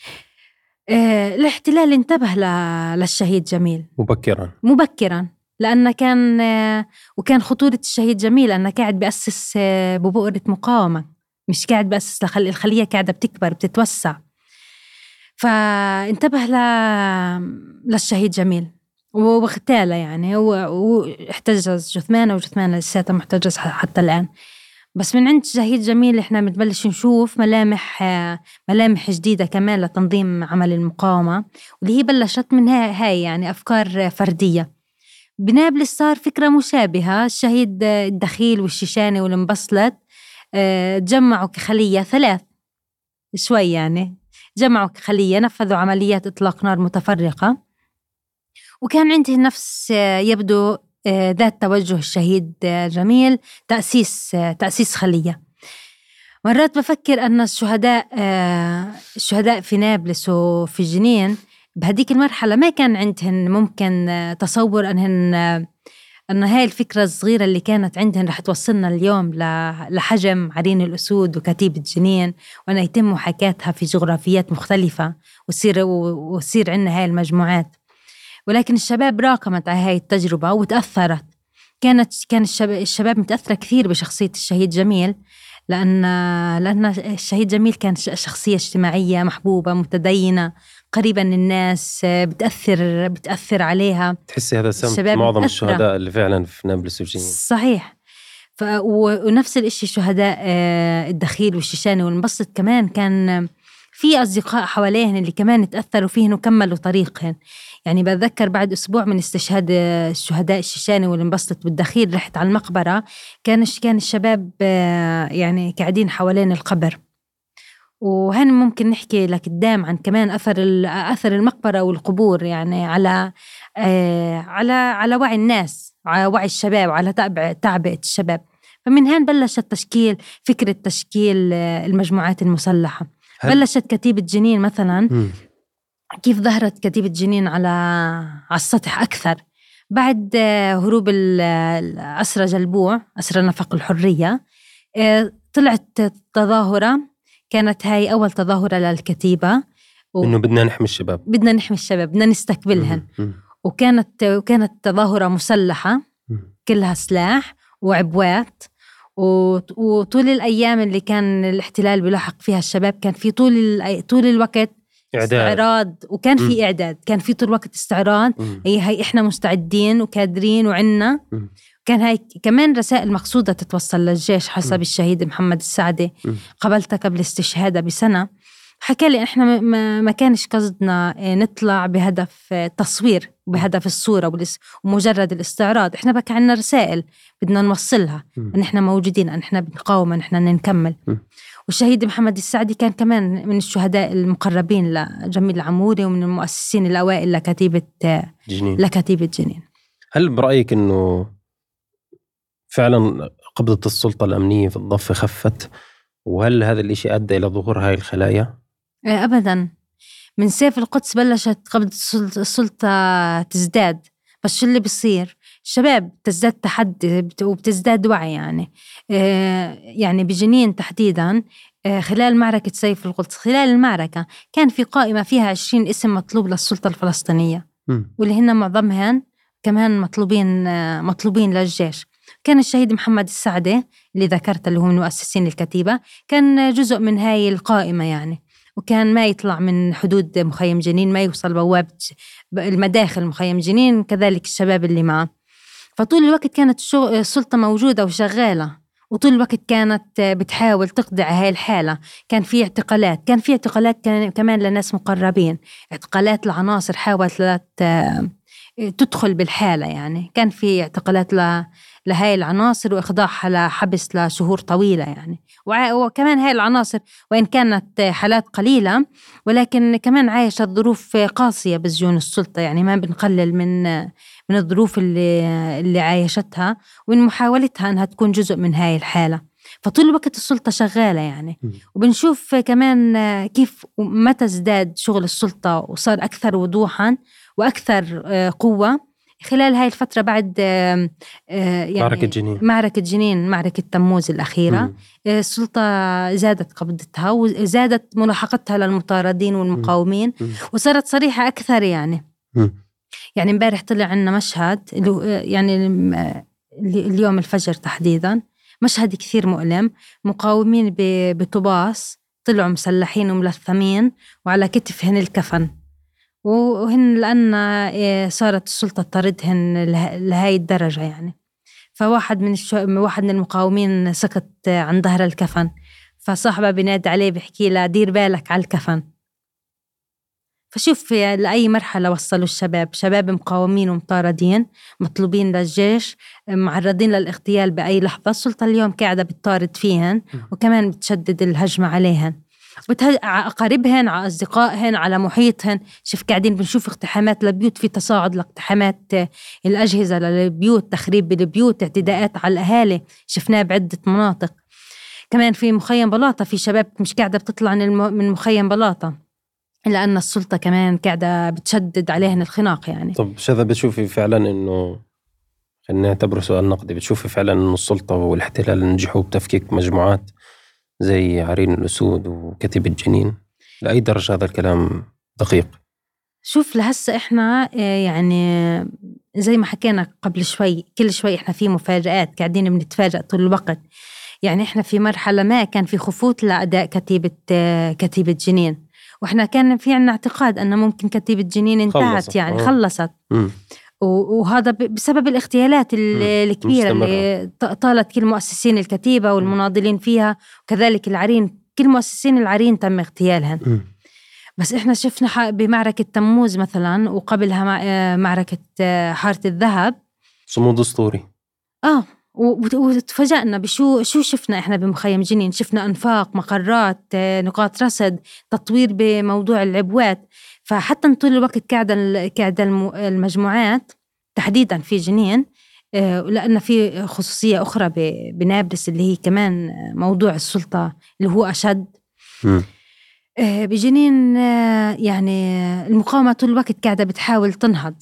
اه الاحتلال انتبه للشهيد جميل مبكرا مبكرا لأنه كان اه وكان خطورة الشهيد جميل أنه قاعد بأسس اه ببؤرة مقاومة، مش قاعد بأسس لخل الخلية قاعدة بتكبر بتتوسع. فانتبه ل... للشهيد جميل واغتاله يعني، واحتجز جثمانه وجثمانه لساته محتجز حتى الآن. بس من عند الشهيد جميل احنا بنبلش نشوف ملامح ملامح جديدة كمان لتنظيم عمل المقاومة، واللي هي بلشت من هاي يعني أفكار فردية. بنابلس صار فكرة مشابهة. الشهيد الدخيل والشيشاني والمبصلت تجمعوا كخلية ثلاث شوي يعني جمعوا كخلية، نفذوا عمليات إطلاق نار متفرقة، وكان عنده نفس يبدو ذات توجه الشهيد جميل، تأسيس تأسيس خلية. مرات بفكر أن الشهداء الشهداء في نابلس وفي جنين بهديك المرحلة ما كان عندهن ممكن تصور أنهن أن هاي الفكرة الصغيرة اللي كانت عندهن رح توصلنا اليوم لحجم عرين الأسود وكتيبة جنين، وأن يتم محاكاتها في جغرافيات مختلفة وتصير وتصير عندنا هاي المجموعات. ولكن الشباب راقمت على هاي التجربة وتأثرت. كانت كان الشباب, الشباب متأثرة كثير بشخصية الشهيد جميل، لأن لأن الشهيد جميل كان شخصية اجتماعية محبوبة متدينة قريبة من الناس، بتأثر بتأثر عليها. تحسي هذا سمت معظم متأثرة. الشهداء اللي فعلا في نابلس وجنين. صحيح. ف ونفس الإشي شهداء الدخيل والشيشاني والمبسط كمان كان في أصدقاء حواليهن اللي كمان تأثروا فيهن وكملوا طريقهن. يعني بتذكر بعد أسبوع من استشهاد الشهداء الشيشاني والمبسط بالدخيل رحت على المقبرة، كان كان الشباب يعني قاعدين حوالين القبر. وهن ممكن نحكي لك قدام عن كمان أثر أثر المقبرة والقبور يعني على على على وعي الناس، على وعي الشباب، على تعبئة الشباب. فمن هان بلشت تشكيل فكرة تشكيل المجموعات المسلحة. بلشت كتيبة جنين مثلا. م. كيف ظهرت كتيبة جنين على على السطح أكثر بعد هروب الأسرى جلبوع، أسرى نفق الحرية. طلعت تظاهرة، كانت هاي أول تظاهرة للكتيبة و... إنه بدنا نحمي الشباب، بدنا نحمي الشباب، بدنا نستقبلهن. وكانت وكانت تظاهرة مسلحة م. كلها سلاح وعبوات. وطول الأيام اللي كان الاحتلال بيلاحق فيها الشباب كان في طول طول الوقت استعراض، وكان في إعداد، كان في طول الوقت استعراض. هي هاي إحنا مستعدين وكادرين وعنا. كان هاي كمان رسائل مقصودة تتوصل للجيش حسب الشهيد محمد السعدي. قبلتها قبل استشهاده بسنة حكى لي إحنا ما, ما كانش قصدنا نطلع بهدف تصوير، بهدف الصورة ومجرد الاستعراض. إحنا بقى عنا رسائل بدنا نوصلها، أن إحنا موجودين، أن إحنا بنقاوم، أن إحنا نكمل. والشهيد محمد السعدي كان كمان من الشهداء المقربين لجميل العموري ومن المؤسسين الأوائل لكتيبة جنين. لكتيبة جنين. هل برأيك إنه فعلا قبضة السلطة الأمنية في الضفة خفت؟ وهل هذا الإشي أدى إلى ظهور هاي الخلايا؟ أبدا. من سيف القدس بلشت قبضة السلطة تزداد، بس شو اللي بيصير؟ الشباب تزداد تحدي وبتزداد وعي. يعني يعني بجنين تحديدا خلال معركة سيف القدس، خلال المعركة كان في قائمة فيها عشرين اسم مطلوب للسلطة الفلسطينية، م. واللي هن معظمهن كمان مطلوبين مطلوبين للجيش. كان الشهيد محمد السعدي اللي ذكرت اللي هو من مؤسسين الكتيبة كان جزء من هاي القائمة يعني، وكان ما يطلع من حدود مخيم جنين، ما يوصل بوابة المداخل مخيم جنين، كذلك الشباب اللي معه. فطول الوقت كانت السلطة موجودة وشغالة، وطول الوقت كانت بتحاول تقضي على هاي الحالة. كان في اعتقالات، كان في اعتقالات كمان لناس مقربين، اعتقالات لعناصر حاولت تدخل بالحالة. يعني كان في اعتقالات ل لهاي العناصر وإخضاعها لحبس لشهور طويلة يعني. وكمان هاي العناصر وإن كانت حالات قليلة ولكن كمان عايشت ظروف قاسية بسجون السلطة. يعني ما بنقلل من من الظروف اللي اللي عايشتها ومن محاولتها أنها تكون جزء من هاي الحالة. فطول الوقت السلطة شغالة يعني. وبنشوف كمان كيف متى ازداد شغل السلطة وصار أكثر وضوحا وأكثر قوة خلال هاي الفترة بعد يعني معركة جنين معركة جنين معركة تموز الأخيرة. م. السلطة زادت قبضتها وزادت ملاحقتها للمطاردين والمقاومين. م. وصارت صريحة أكثر يعني. م. يعني امبارح طلع عنا مشهد يعني اليوم الفجر تحديدا، مشهد كثير مؤلم. مقاومين بطباس طلعوا مسلحين وملثمين وعلى كتفهن الكفن، وهن لأن صارت السلطة تطاردهن لهاي الدرجة يعني. فواحد من الشو... واحد من المقاومين سقط عن ظهر الكفن، فصاحبه بينادي عليه بيحكي له دير بالك على الكفن. فشوف لأي مرحلة وصلوا الشباب، شباب مقاومين ومطاردين مطلوبين للجيش، معرضين للاغتيال بأي لحظة. السلطة اليوم قاعدة بتطارد فيهن وكمان بتشدد الهجمة عليهن، على أقاربهن، على أصدقائهن، على محيطهن. شوف قاعدين بنشوف اقتحامات للبيوت، في تصاعد لاقتحامات الأجهزة للبيوت، تخريب بالبيوت، اعتداءات على الأهالي شفناه بعدة مناطق. كمان في مخيم بلاطة في شباب مش قاعدة بتطلع من مخيم بلاطة لأن السلطة كمان قاعدة بتشدد عليهن الخناق يعني. طب شذا بتشوفي فعلا إنه، خلينا نعتبره سؤال نقدي، بتشوفي فعلا إنه السلطة والاحتلال نجحوا بتفكيك مجموعات زي عرين الأسود وكتيبة جنين؟ لأي درجة هذا الكلام دقيق؟ شوف لهسه إحنا يعني زي ما حكينا قبل شوي، كل شوي إحنا في مفاجآت قاعدين بنتفاجأ طول الوقت. يعني إحنا في مرحلة ما كان في خفوت لأداء كتيبة كتيبة جنين، وإحنا كان في عنا اعتقاد أن ممكن كتيبة جنين انتهت خلصت. يعني أوه. خلصت م. وهذا بسبب الاغتيالات الكبيرة مستمرة. اللي طالت كل مؤسسين الكتيبة والمناضلين فيها، وكذلك العرين، كل مؤسسين العرين تم اغتيالهم. م. بس إحنا شفنا بمعركة تموز مثلا، وقبلها معركة حارة الذهب صمود أسطوري. آه وتفاجأنا بشو شو شفنا إحنا بمخيم جنين. شفنا أنفاق، مقرات، نقاط رصد، تطوير بموضوع العبوات. فحتى طول الوقت قاعدة قاعدة المجموعات تحديدا في جنين، لأن في خصوصية أخرى بنابلس اللي هي كمان موضوع السلطة اللي هو أشد م. بجنين. يعني المقاومة طول الوقت قاعدة بتحاول تنهض،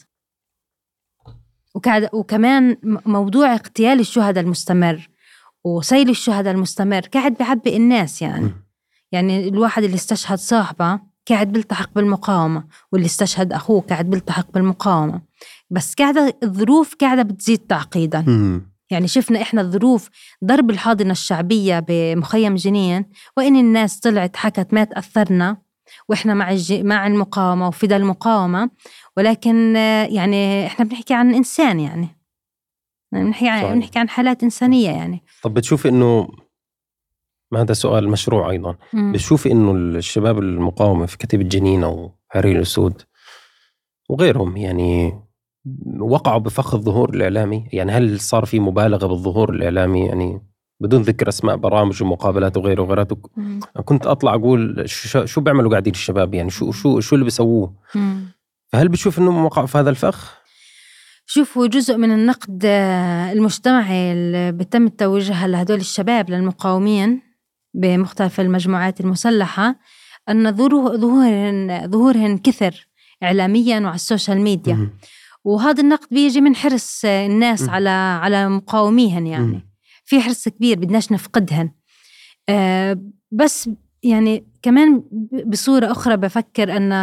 وكاد وكمان موضوع اغتيال الشهداء المستمر وسيل الشهداء المستمر قاعد بيعبئ الناس يعني. م. يعني الواحد اللي استشهد صاحبه قاعد بيلتحق بالمقاومة، واللي استشهد أخوه قاعد بيلتحق بالمقاومة. بس قاعدة الظروف قاعدة بتزيد تعقيدا. م. يعني شفنا إحنا الظروف، ضرب الحاضنة الشعبية بمخيم جنين، وإن الناس طلعت حكت ما تأثرنا وإحنا مع مع المقاومة وفدى المقاومة، ولكن يعني إحنا بنحكي عن إنسان يعني بنحكي عن بنحكي عن حالات إنسانية يعني. طب بتشوف إنه، ما هذا سؤال مشروع أيضا، م. بتشوف إنه الشباب المقاومة في كتيبة جنين أو عرين الأسود وغيرهم يعني وقعوا بفخ الظهور الإعلامي؟ يعني هل صار في مبالغة بالظهور الإعلامي؟ يعني بدون ذكر أسماء برامج ومقابلات وغيره وغيرته، كنت أطلع أقول شو, شو بيعملوا قاعدين الشباب يعني، شو شو شو اللي بيسووه؟ م. فهل بتشوف إنهم وقعوا في هذا الفخ؟ شوفوا جزء من النقد المجتمعي اللي بتم توجيهها لهدول الشباب للمقاومين بمختلف المجموعات المسلحة، أن ظهورهن ظهورهن كثر إعلاميا وعلى السوشيال ميديا. م. وهذا النقد بيجي من حرص الناس م. على على مقاوميهن يعني. م. في حرص كبير بدناش نفقدهن. أه بس يعني كمان بصورة أخرى بفكر أن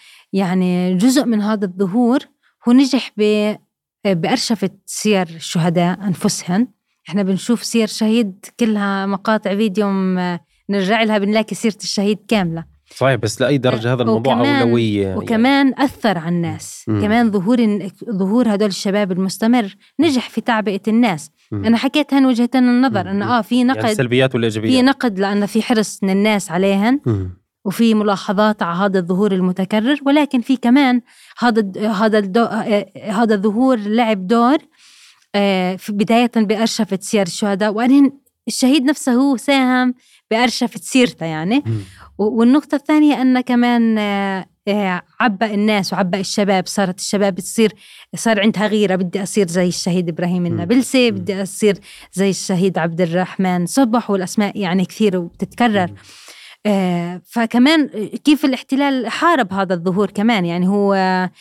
يعني جزء من هذا الظهور هو نجح ب بأرشفة سير الشهداء أنفسهن. إحنا بنشوف سير شهيد كلها مقاطع فيديو نرجع لها بنلاقي سيرة الشهيد كاملة. صحيح، بس لأي درجة هذا الموضوع أولوية؟ وكمان يعني أثر على الناس. م. كمان ظهور ظهور هدول الشباب المستمر نجح في تعبئة الناس. م. أنا حكيت هن وجهتين النظر، أن آه في نقد يعني السلبيات والإيجابيات. في نقد لأن في حرص من الناس عليهن، م. وفي ملاحظات على هذا الظهور المتكرر، ولكن في كمان هذا هذا هذا الظهور لعب دور في بداية بأرشفة سير الشهداء، وأن الشهيد نفسه هو ساهم بأرشفة سيرته يعني. م. والنقطة الثانية أن كمان عبأ الناس وعبأ الشباب. صارت الشباب بتصير صار عندها غيرة، بدي أصير زي الشهيد إبراهيم النابلسي، بدي أصير زي الشهيد عبد الرحمن صبح، والأسماء يعني كثير وبتتكرر. آه فكمان كيف الاحتلال حارب هذا الظهور كمان يعني. هو آه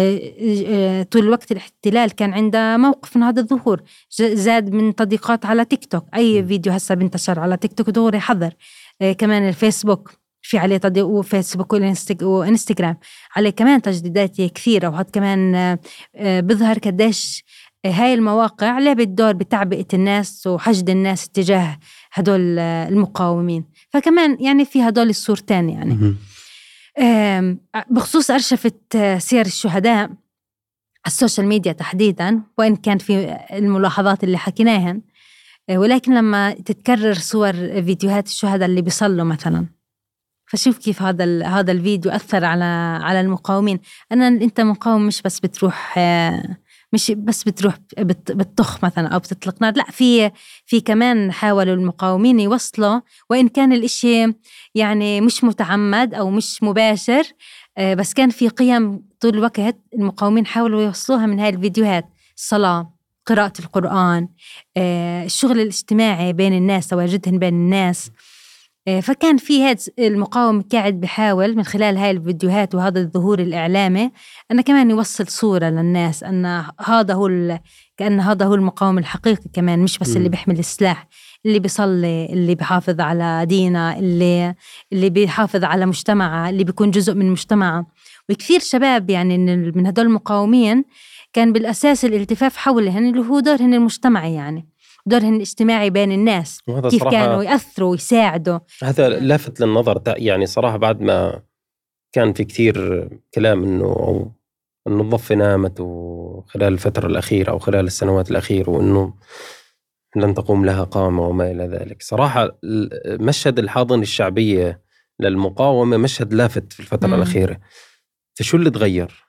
آه طول الوقت الاحتلال كان عنده موقف من هذا الظهور. زاد من تضييقات على تيك توك، أي فيديو هسا بنتشر على تيك توك دغري حظر. آه كمان الفيسبوك في عليه تضييق، وفيسبوك وإنستغرام عليه كمان تجديدات كثيرة. وهذا كمان آه بظهر قديش هاي المواقع لعبت دور بتعبئة الناس وحشد الناس اتجاه هدول المقاومين. فكمان يعني في هدول الصورتين يعني. بخصوص أرشفة سير الشهداء السوشيال ميديا تحديدا، وإن كان في الملاحظات اللي حكيناهن، ولكن لما تتكرر صور فيديوهات الشهداء اللي بيصلوا مثلا فشوف كيف هذا هذا الفيديو أثر على على المقاومين. أنا أنت مقاوم مش بس بتروح مش بس بتروح بتطخ مثلا أو بتطلق نار، لا، في في كمان حاولوا المقاومين يوصلوا، وإن كان الإشي يعني مش متعمد أو مش مباشر، بس كان في قيم طول الوقت المقاومين حاولوا يوصلوها من هاي الفيديوهات: الصلاة، قراءة القرآن، الشغل الاجتماعي بين الناس، تواجدهم بين الناس. فكان في هذا المقاوم قاعد بحاول من خلال هاي الفيديوهات وهذا الظهور الإعلامي أنه كمان يوصل صورة للناس أن هذا هو كأن هذا هو المقاوم الحقيقي كمان، مش بس اللي بيحمل السلاح، اللي بيصلي، اللي بيحافظ على دينه، اللي اللي بيحافظ على مجتمعه، اللي بيكون جزء من مجتمعه. وكثير شباب يعني من هدول المقاومين كان بالأساس الالتفاف حولهن اللي هو دورهن المجتمعي، يعني دورهن الاجتماعي بين الناس، كيف كانوا يأثروا ويساعدوا. هذا لافت للنظر يعني صراحة، بعد ما كان في كثير كلام إنه إنه الضفة نامت وخلال الفترة الأخيرة أو خلال السنوات الأخيرة، وإنه لن تقوم لها قامة وما إلى ذلك. صراحة مشهد الحاضنة الشعبية للمقاومة مشهد لافت في الفترة مم. الأخيرة. فشو اللي تغير؟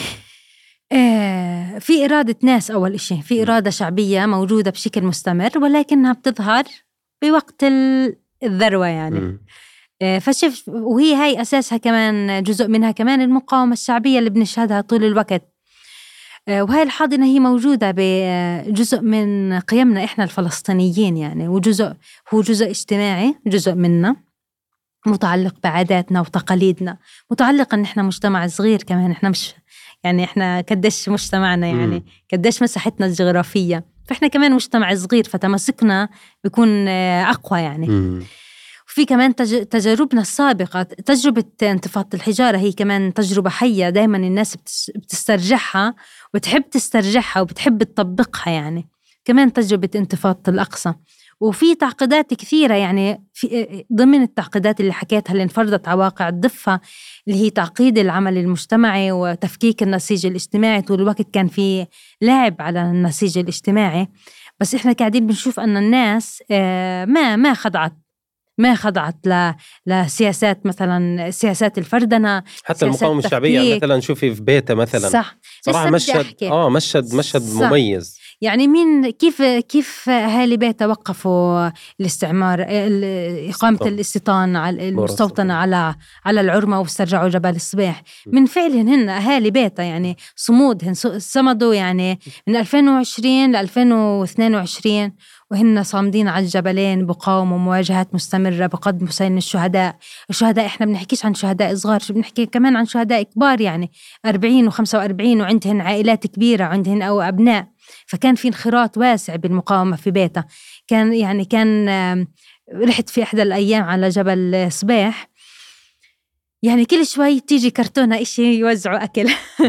آه في إرادة ناس، أول إشي في إرادة شعبية موجودة بشكل مستمر، ولكنها بتظهر بوقت الذروة يعني. م. آه فشف وهي هاي أساسها كمان جزء منها كمان المقاومة الشعبية اللي بنشهدها طول الوقت. آه وهاي الحاضنة هي موجودة بجزء من قيمنا إحنا الفلسطينيين يعني، وجزء هو جزء اجتماعي، جزء منا متعلق بعاداتنا وتقاليدنا، متعلق إن إحنا مجتمع صغير كمان، إحنا مش يعني إحنا قديش مجتمعنا يعني م. قديش مساحتنا الجغرافية، فإحنا كمان مجتمع صغير، فتمسكنا بيكون أقوى يعني. م. وفي كمان تج... تجاربنا السابقة، تجربة انتفاضة الحجارة هي كمان تجربة حية دايما الناس بتس... بتسترجعها وبتحب تسترجعها وبتحب تطبقها يعني. كمان تجربة انتفاضة الأقصى، وفي تعقيدات كثيرة يعني في ضمن التعقيدات اللي حكيتها اللي انفرضت على واقع الضفة، اللي هي تعقيد العمل المجتمعي وتفكيك النسيج الاجتماعي. طول الوقت كان في لعب على النسيج الاجتماعي، بس إحنا قاعدين بنشوف أن الناس ما ما خضعت ما خضعت ل لسياسات مثلا سياسات الفردنة، حتى المقاومة الشعبية مثلا شوفي في بيتها مثلا. صح. صراحة مشهد آه مشهد مشهد صح. مميز يعني مين كيف كيف أهالي بيتها وقفوا الاستعمار، إقامة الاستيطان على المستوطنة على على العرمة واسترجعوا جبل الصباح من فعلهن هن أهالي بيتها يعني، صمودهن صمدوا يعني من ألفين وعشرين ل ألفين واثنين وعشرين وهن صامدين على الجبلين، بقاوموا مواجهات مستمرة بقدم حسين الشهداء. الشهداء إحنا بنحكيش عن شهداء صغار، بنحكي كمان عن شهداء كبار يعني أربعين وخمسة وأربعين، وعندهن عائلات كبيرة وعندهن أو أبناء. فكان في انخراط واسع بالمقاومة في بيتها. كان يعني كان رحت في إحدى الأيام على جبل صباح، يعني كل شوي تيجي كرتونة إشي يوزعوا أكل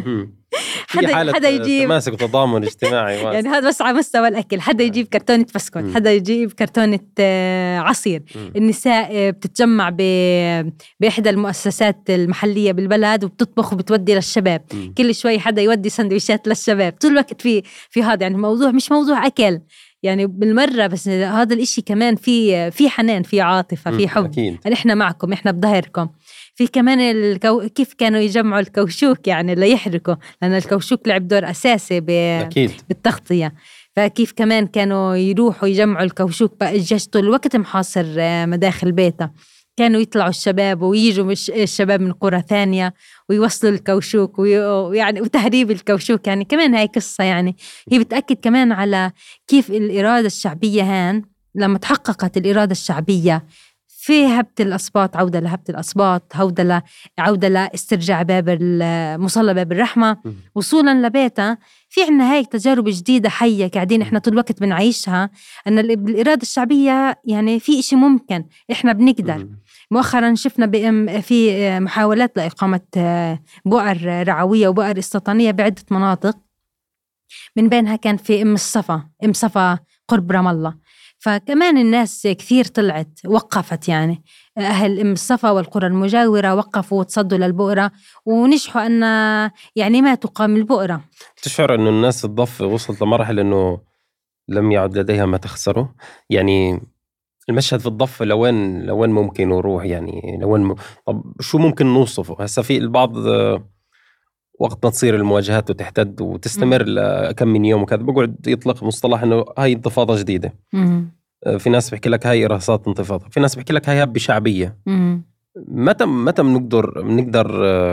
حدا حدا يجيب تماسك وتضامن اجتماعي يعني هذا بس على مستوى الأكل، حدا يجيب كرتونة بسكوت، حدا يجيب كرتونة عصير. النساء بتتجمع بإحدى المؤسسات المحلية بالبلد وبتطبخ وبتودي للشباب. كل شوي حدا يودي سندويشات للشباب. طول الوقت في في هذا يعني الموضوع مش موضوع أكل يعني بالمرة، بس هذا الإشي كمان في في حنان، في عاطفة، في حب. يعني إحنا معكم، إحنا بظهركم. في كمان الكو... كيف كانوا يجمعوا الكوشوك يعني اللي يحرقوا، لأن الكوشوك لعب دور أساسي ب... بالتغطية. فكيف كمان كانوا يروحوا يجمعوا الكوشوك بقى الجيش طول الوقت محاصر مداخل بيته. كانوا يطلعوا الشباب ويجوا مش الشباب من قرى ثانية ويوصلوا الكوشوك ويعني وتهريب الكوشوك. يعني كمان هاي قصة يعني هي بتأكد كمان على كيف الإرادة الشعبية هان لما تحققت الإرادة الشعبية في هبة الأسباط، عودة لهبة الأسباط، عودة ل... عودة لاسترجاع باب مصلى باب الرحمة، وصولا لبيتها. في عنا هاي تجارب جديدة حية قاعدين إحنا طول الوقت بنعيشها، أن الإرادة الشعبية يعني في إشي ممكن، إحنا بنقدر. مؤخرا شفنا بإم في محاولات لإقامة بؤر رعوية وبؤر استيطانية بعدة مناطق، من بينها كان في أم الصفا، أم صفا قرب رام الله. فكمان الناس كثير طلعت وقفت، يعني أهل أم الصفا والقرى المجاورة وقفوا وتصدوا للبؤرة ونجحوا أن يعني ما تقام البؤرة. تشعر أنه الناس الضفة وصلت لمرحلة أنه لم يعد لديها ما تخسره؟ يعني المشهد في الضفة لوين لوين ممكن يروح يعني لوين م... طب شو ممكن نوصفه هسا؟ في البعض وقت ما تصير المواجهات وتحتد وتستمر لكم من يوم وكذا بقعد يطلق مصطلح انه هاي انتفاضة جديدة. مم. في ناس بيحكي لك هاي إرهاصات انتفاضة، في ناس بيحكي لك هاي هبة شعبية. مم. متى متى بنقدر بنقدر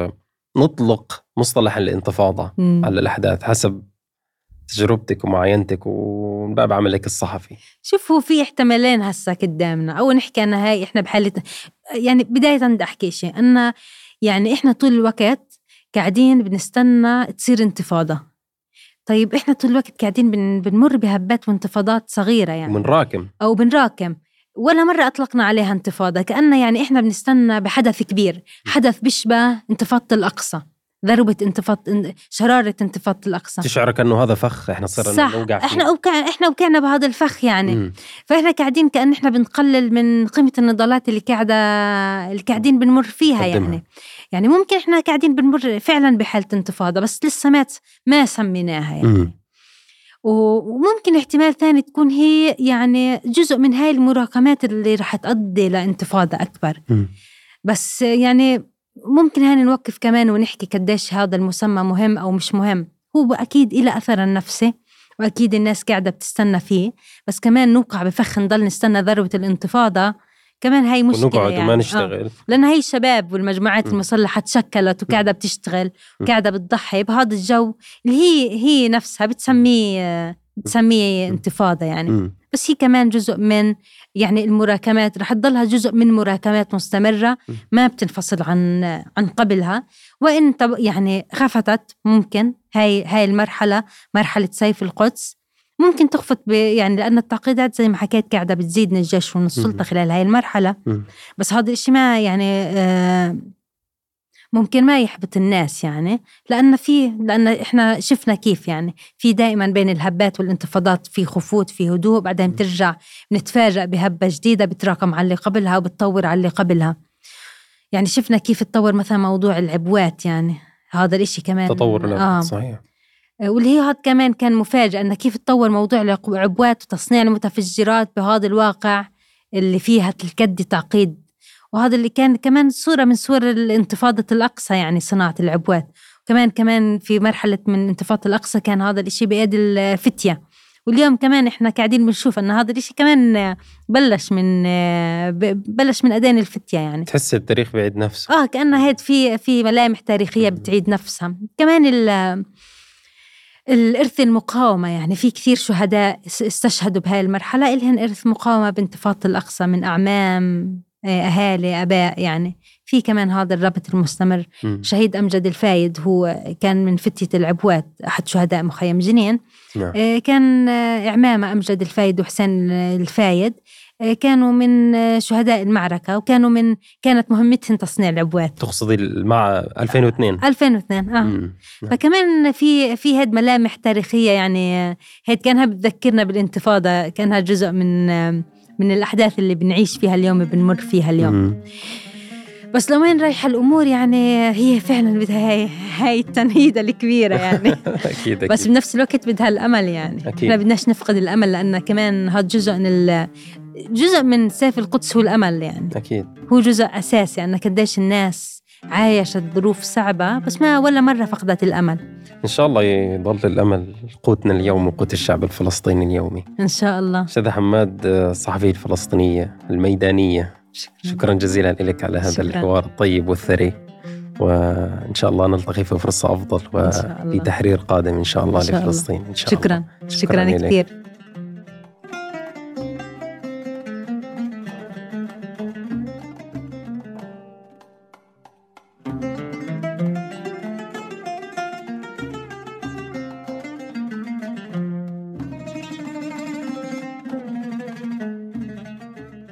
نطلق مصطلح الانتفاضة مم. على الأحداث حسب تجربتك ومعاينتك وباب عملك الصحفي؟ شوفوا في احتمالين هسا قدامنا، أو نحكي أن هاي إحنا بحالة يعني بداية بدي أحكي شيء أن يعني إحنا طول الوقت قاعدين بنستنى تصير انتفاضة. طيب إحنا طول الوقت قاعدين بن بنمر بهبات وانتفاضات صغيرة يعني وبنراكم أو بنراكم، ولا مرة أطلقنا عليها انتفاضة، كأننا يعني إحنا بنستنى بحدث كبير، حدث بيشبه انتفاضة الأقصى، ضربة انتفاضة شرارة انتفاضة الأقصى. تشعرك أنه هذا فخ إحنا صرنا نوقع فيه. إحنا أوقع إحنا وقعنا بهذا الفخ يعني. م. فإحنا قاعدين كأن إحنا بنقلل من قيمة النضالات اللي قاعدة اللي قاعدين بنمر فيها يعني. يعني ممكن إحنا قاعدين بنمر فعلا بحالة انتفاضة بس لسه ما ما سميناها يعني. م. وممكن احتمال ثاني تكون هي يعني جزء من هاي المراكمات اللي رح تؤدي لانتفاضة أكبر. م. بس يعني ممكن هاني نوقف كمان ونحكي قديش هذا المسمى مهم أو مش مهم. هو أكيد إلى أثر النفسي وأكيد الناس قاعدة بتستنى فيه، بس كمان نوقع بفخ نضل نستنى ذروة الانتفاضة كمان هاي مشكلة ونقعد يعني. وما نشتغل آه. لأن هاي الشباب والمجموعات م. المسلحة تشكلت وقاعدة بتشتغل وقاعدة بتضحي بهذا الجو اللي هي هي نفسها بتسميه بتسميه انتفاضة يعني. م. بس هي كمان جزء من يعني المراكمات، رح تضلها جزء من مراكمات مستمرة ما بتنفصل عن عن قبلها. وإن يعني خفتت ممكن هاي هاي المرحلة مرحلة سيف القدس ممكن تخفت يعني لأن التعقيدات زي ما حكيت قاعدة بتزيد من الجيش ومن السلطة خلال هاي المرحلة. بس هذا الشيء ما يعني آه ممكن ما يحبط الناس يعني، لأن في لأن إحنا شفنا كيف يعني في دائما بين الهبات والانتفاضات في خفوت في هدوء، بعدين بترجع نتفاجأ بهبة جديدة بتراكم على اللي قبلها وبتطور على اللي قبلها. يعني شفنا كيف تطور مثلا موضوع العبوات يعني هذا الإشي كمان تطور آه. صحيح. واللي هي هذا كمان كان مفاجأة أن كيف تطور موضوع العبوات وتصنيع المتفجرات بهذا الواقع اللي فيها الكد تعقيد. وهذا اللي كان كمان صورة من صور الانتفاضة الأقصى يعني صناعة العبوات. وكمان كمان في مرحلة من انتفاضة الأقصى كان هذا الشيء بيد الفتية. واليوم كمان إحنا قاعدين بنشوف أن هذا الشيء كمان بلش من بلش من أذان الفتية يعني. تحس التاريخ بعيد نفسه. آه كأنه هاد في في ملامح تاريخية بتعيد نفسها. كمان ال الإرث المقاومة يعني في كثير شهداء استشهدوا بهاي المرحلة إلهن إرث مقاومة بانتفاضة الأقصى من أعمام أهالي أباء يعني. في كمان هذا الربط المستمر. م. شهيد أمجد الفايد هو كان من فتية العبوات أحد شهداء مخيم جنين. م. كان إعمامة أمجد الفايد وحسين الفايد كانوا من شهداء المعركة وكانوا من كانت مهمتهم تصنيع العبوات. تقصدي مع ألفين واثنين ألفين واثنين آه. م. فكمان في في هاد ملامح تاريخية يعني هاد كانها بتذكرنا بالانتفاضة، كانها جزء من من الأحداث اللي بنعيش فيها اليوم بنمر فيها اليوم. م. بس لوين رايحة الأمور يعني هي فعلا بدها هاي هاي التنهيدة الكبيرة يعني. أكيد أكيد. بس بنفس الوقت بدها الأمل يعني. أكيد. إحنا بدناش نفقد الأمل لأن كمان هذا جزء من جزء من سيف القدس هو الأمل يعني. أكيد. هو جزء أساسي أن قديش الناس عايشت ظروف صعبة بس ما ولا مرة فقدت الأمل. إن شاء الله يضل الأمل قوتنا اليوم وقوت الشعب الفلسطيني اليومي إن شاء الله. أستاذة حماد الصحفية الفلسطينية الميدانية، شكرا جزيلا لك على هذا شكرا. الحوار الطيب والثري، وإن شاء الله نلتقي في فرصة أفضل وفي تحرير قادم إن شاء الله لفلسطين إن شاء شكرا. الله. شكرا شكرا كثير.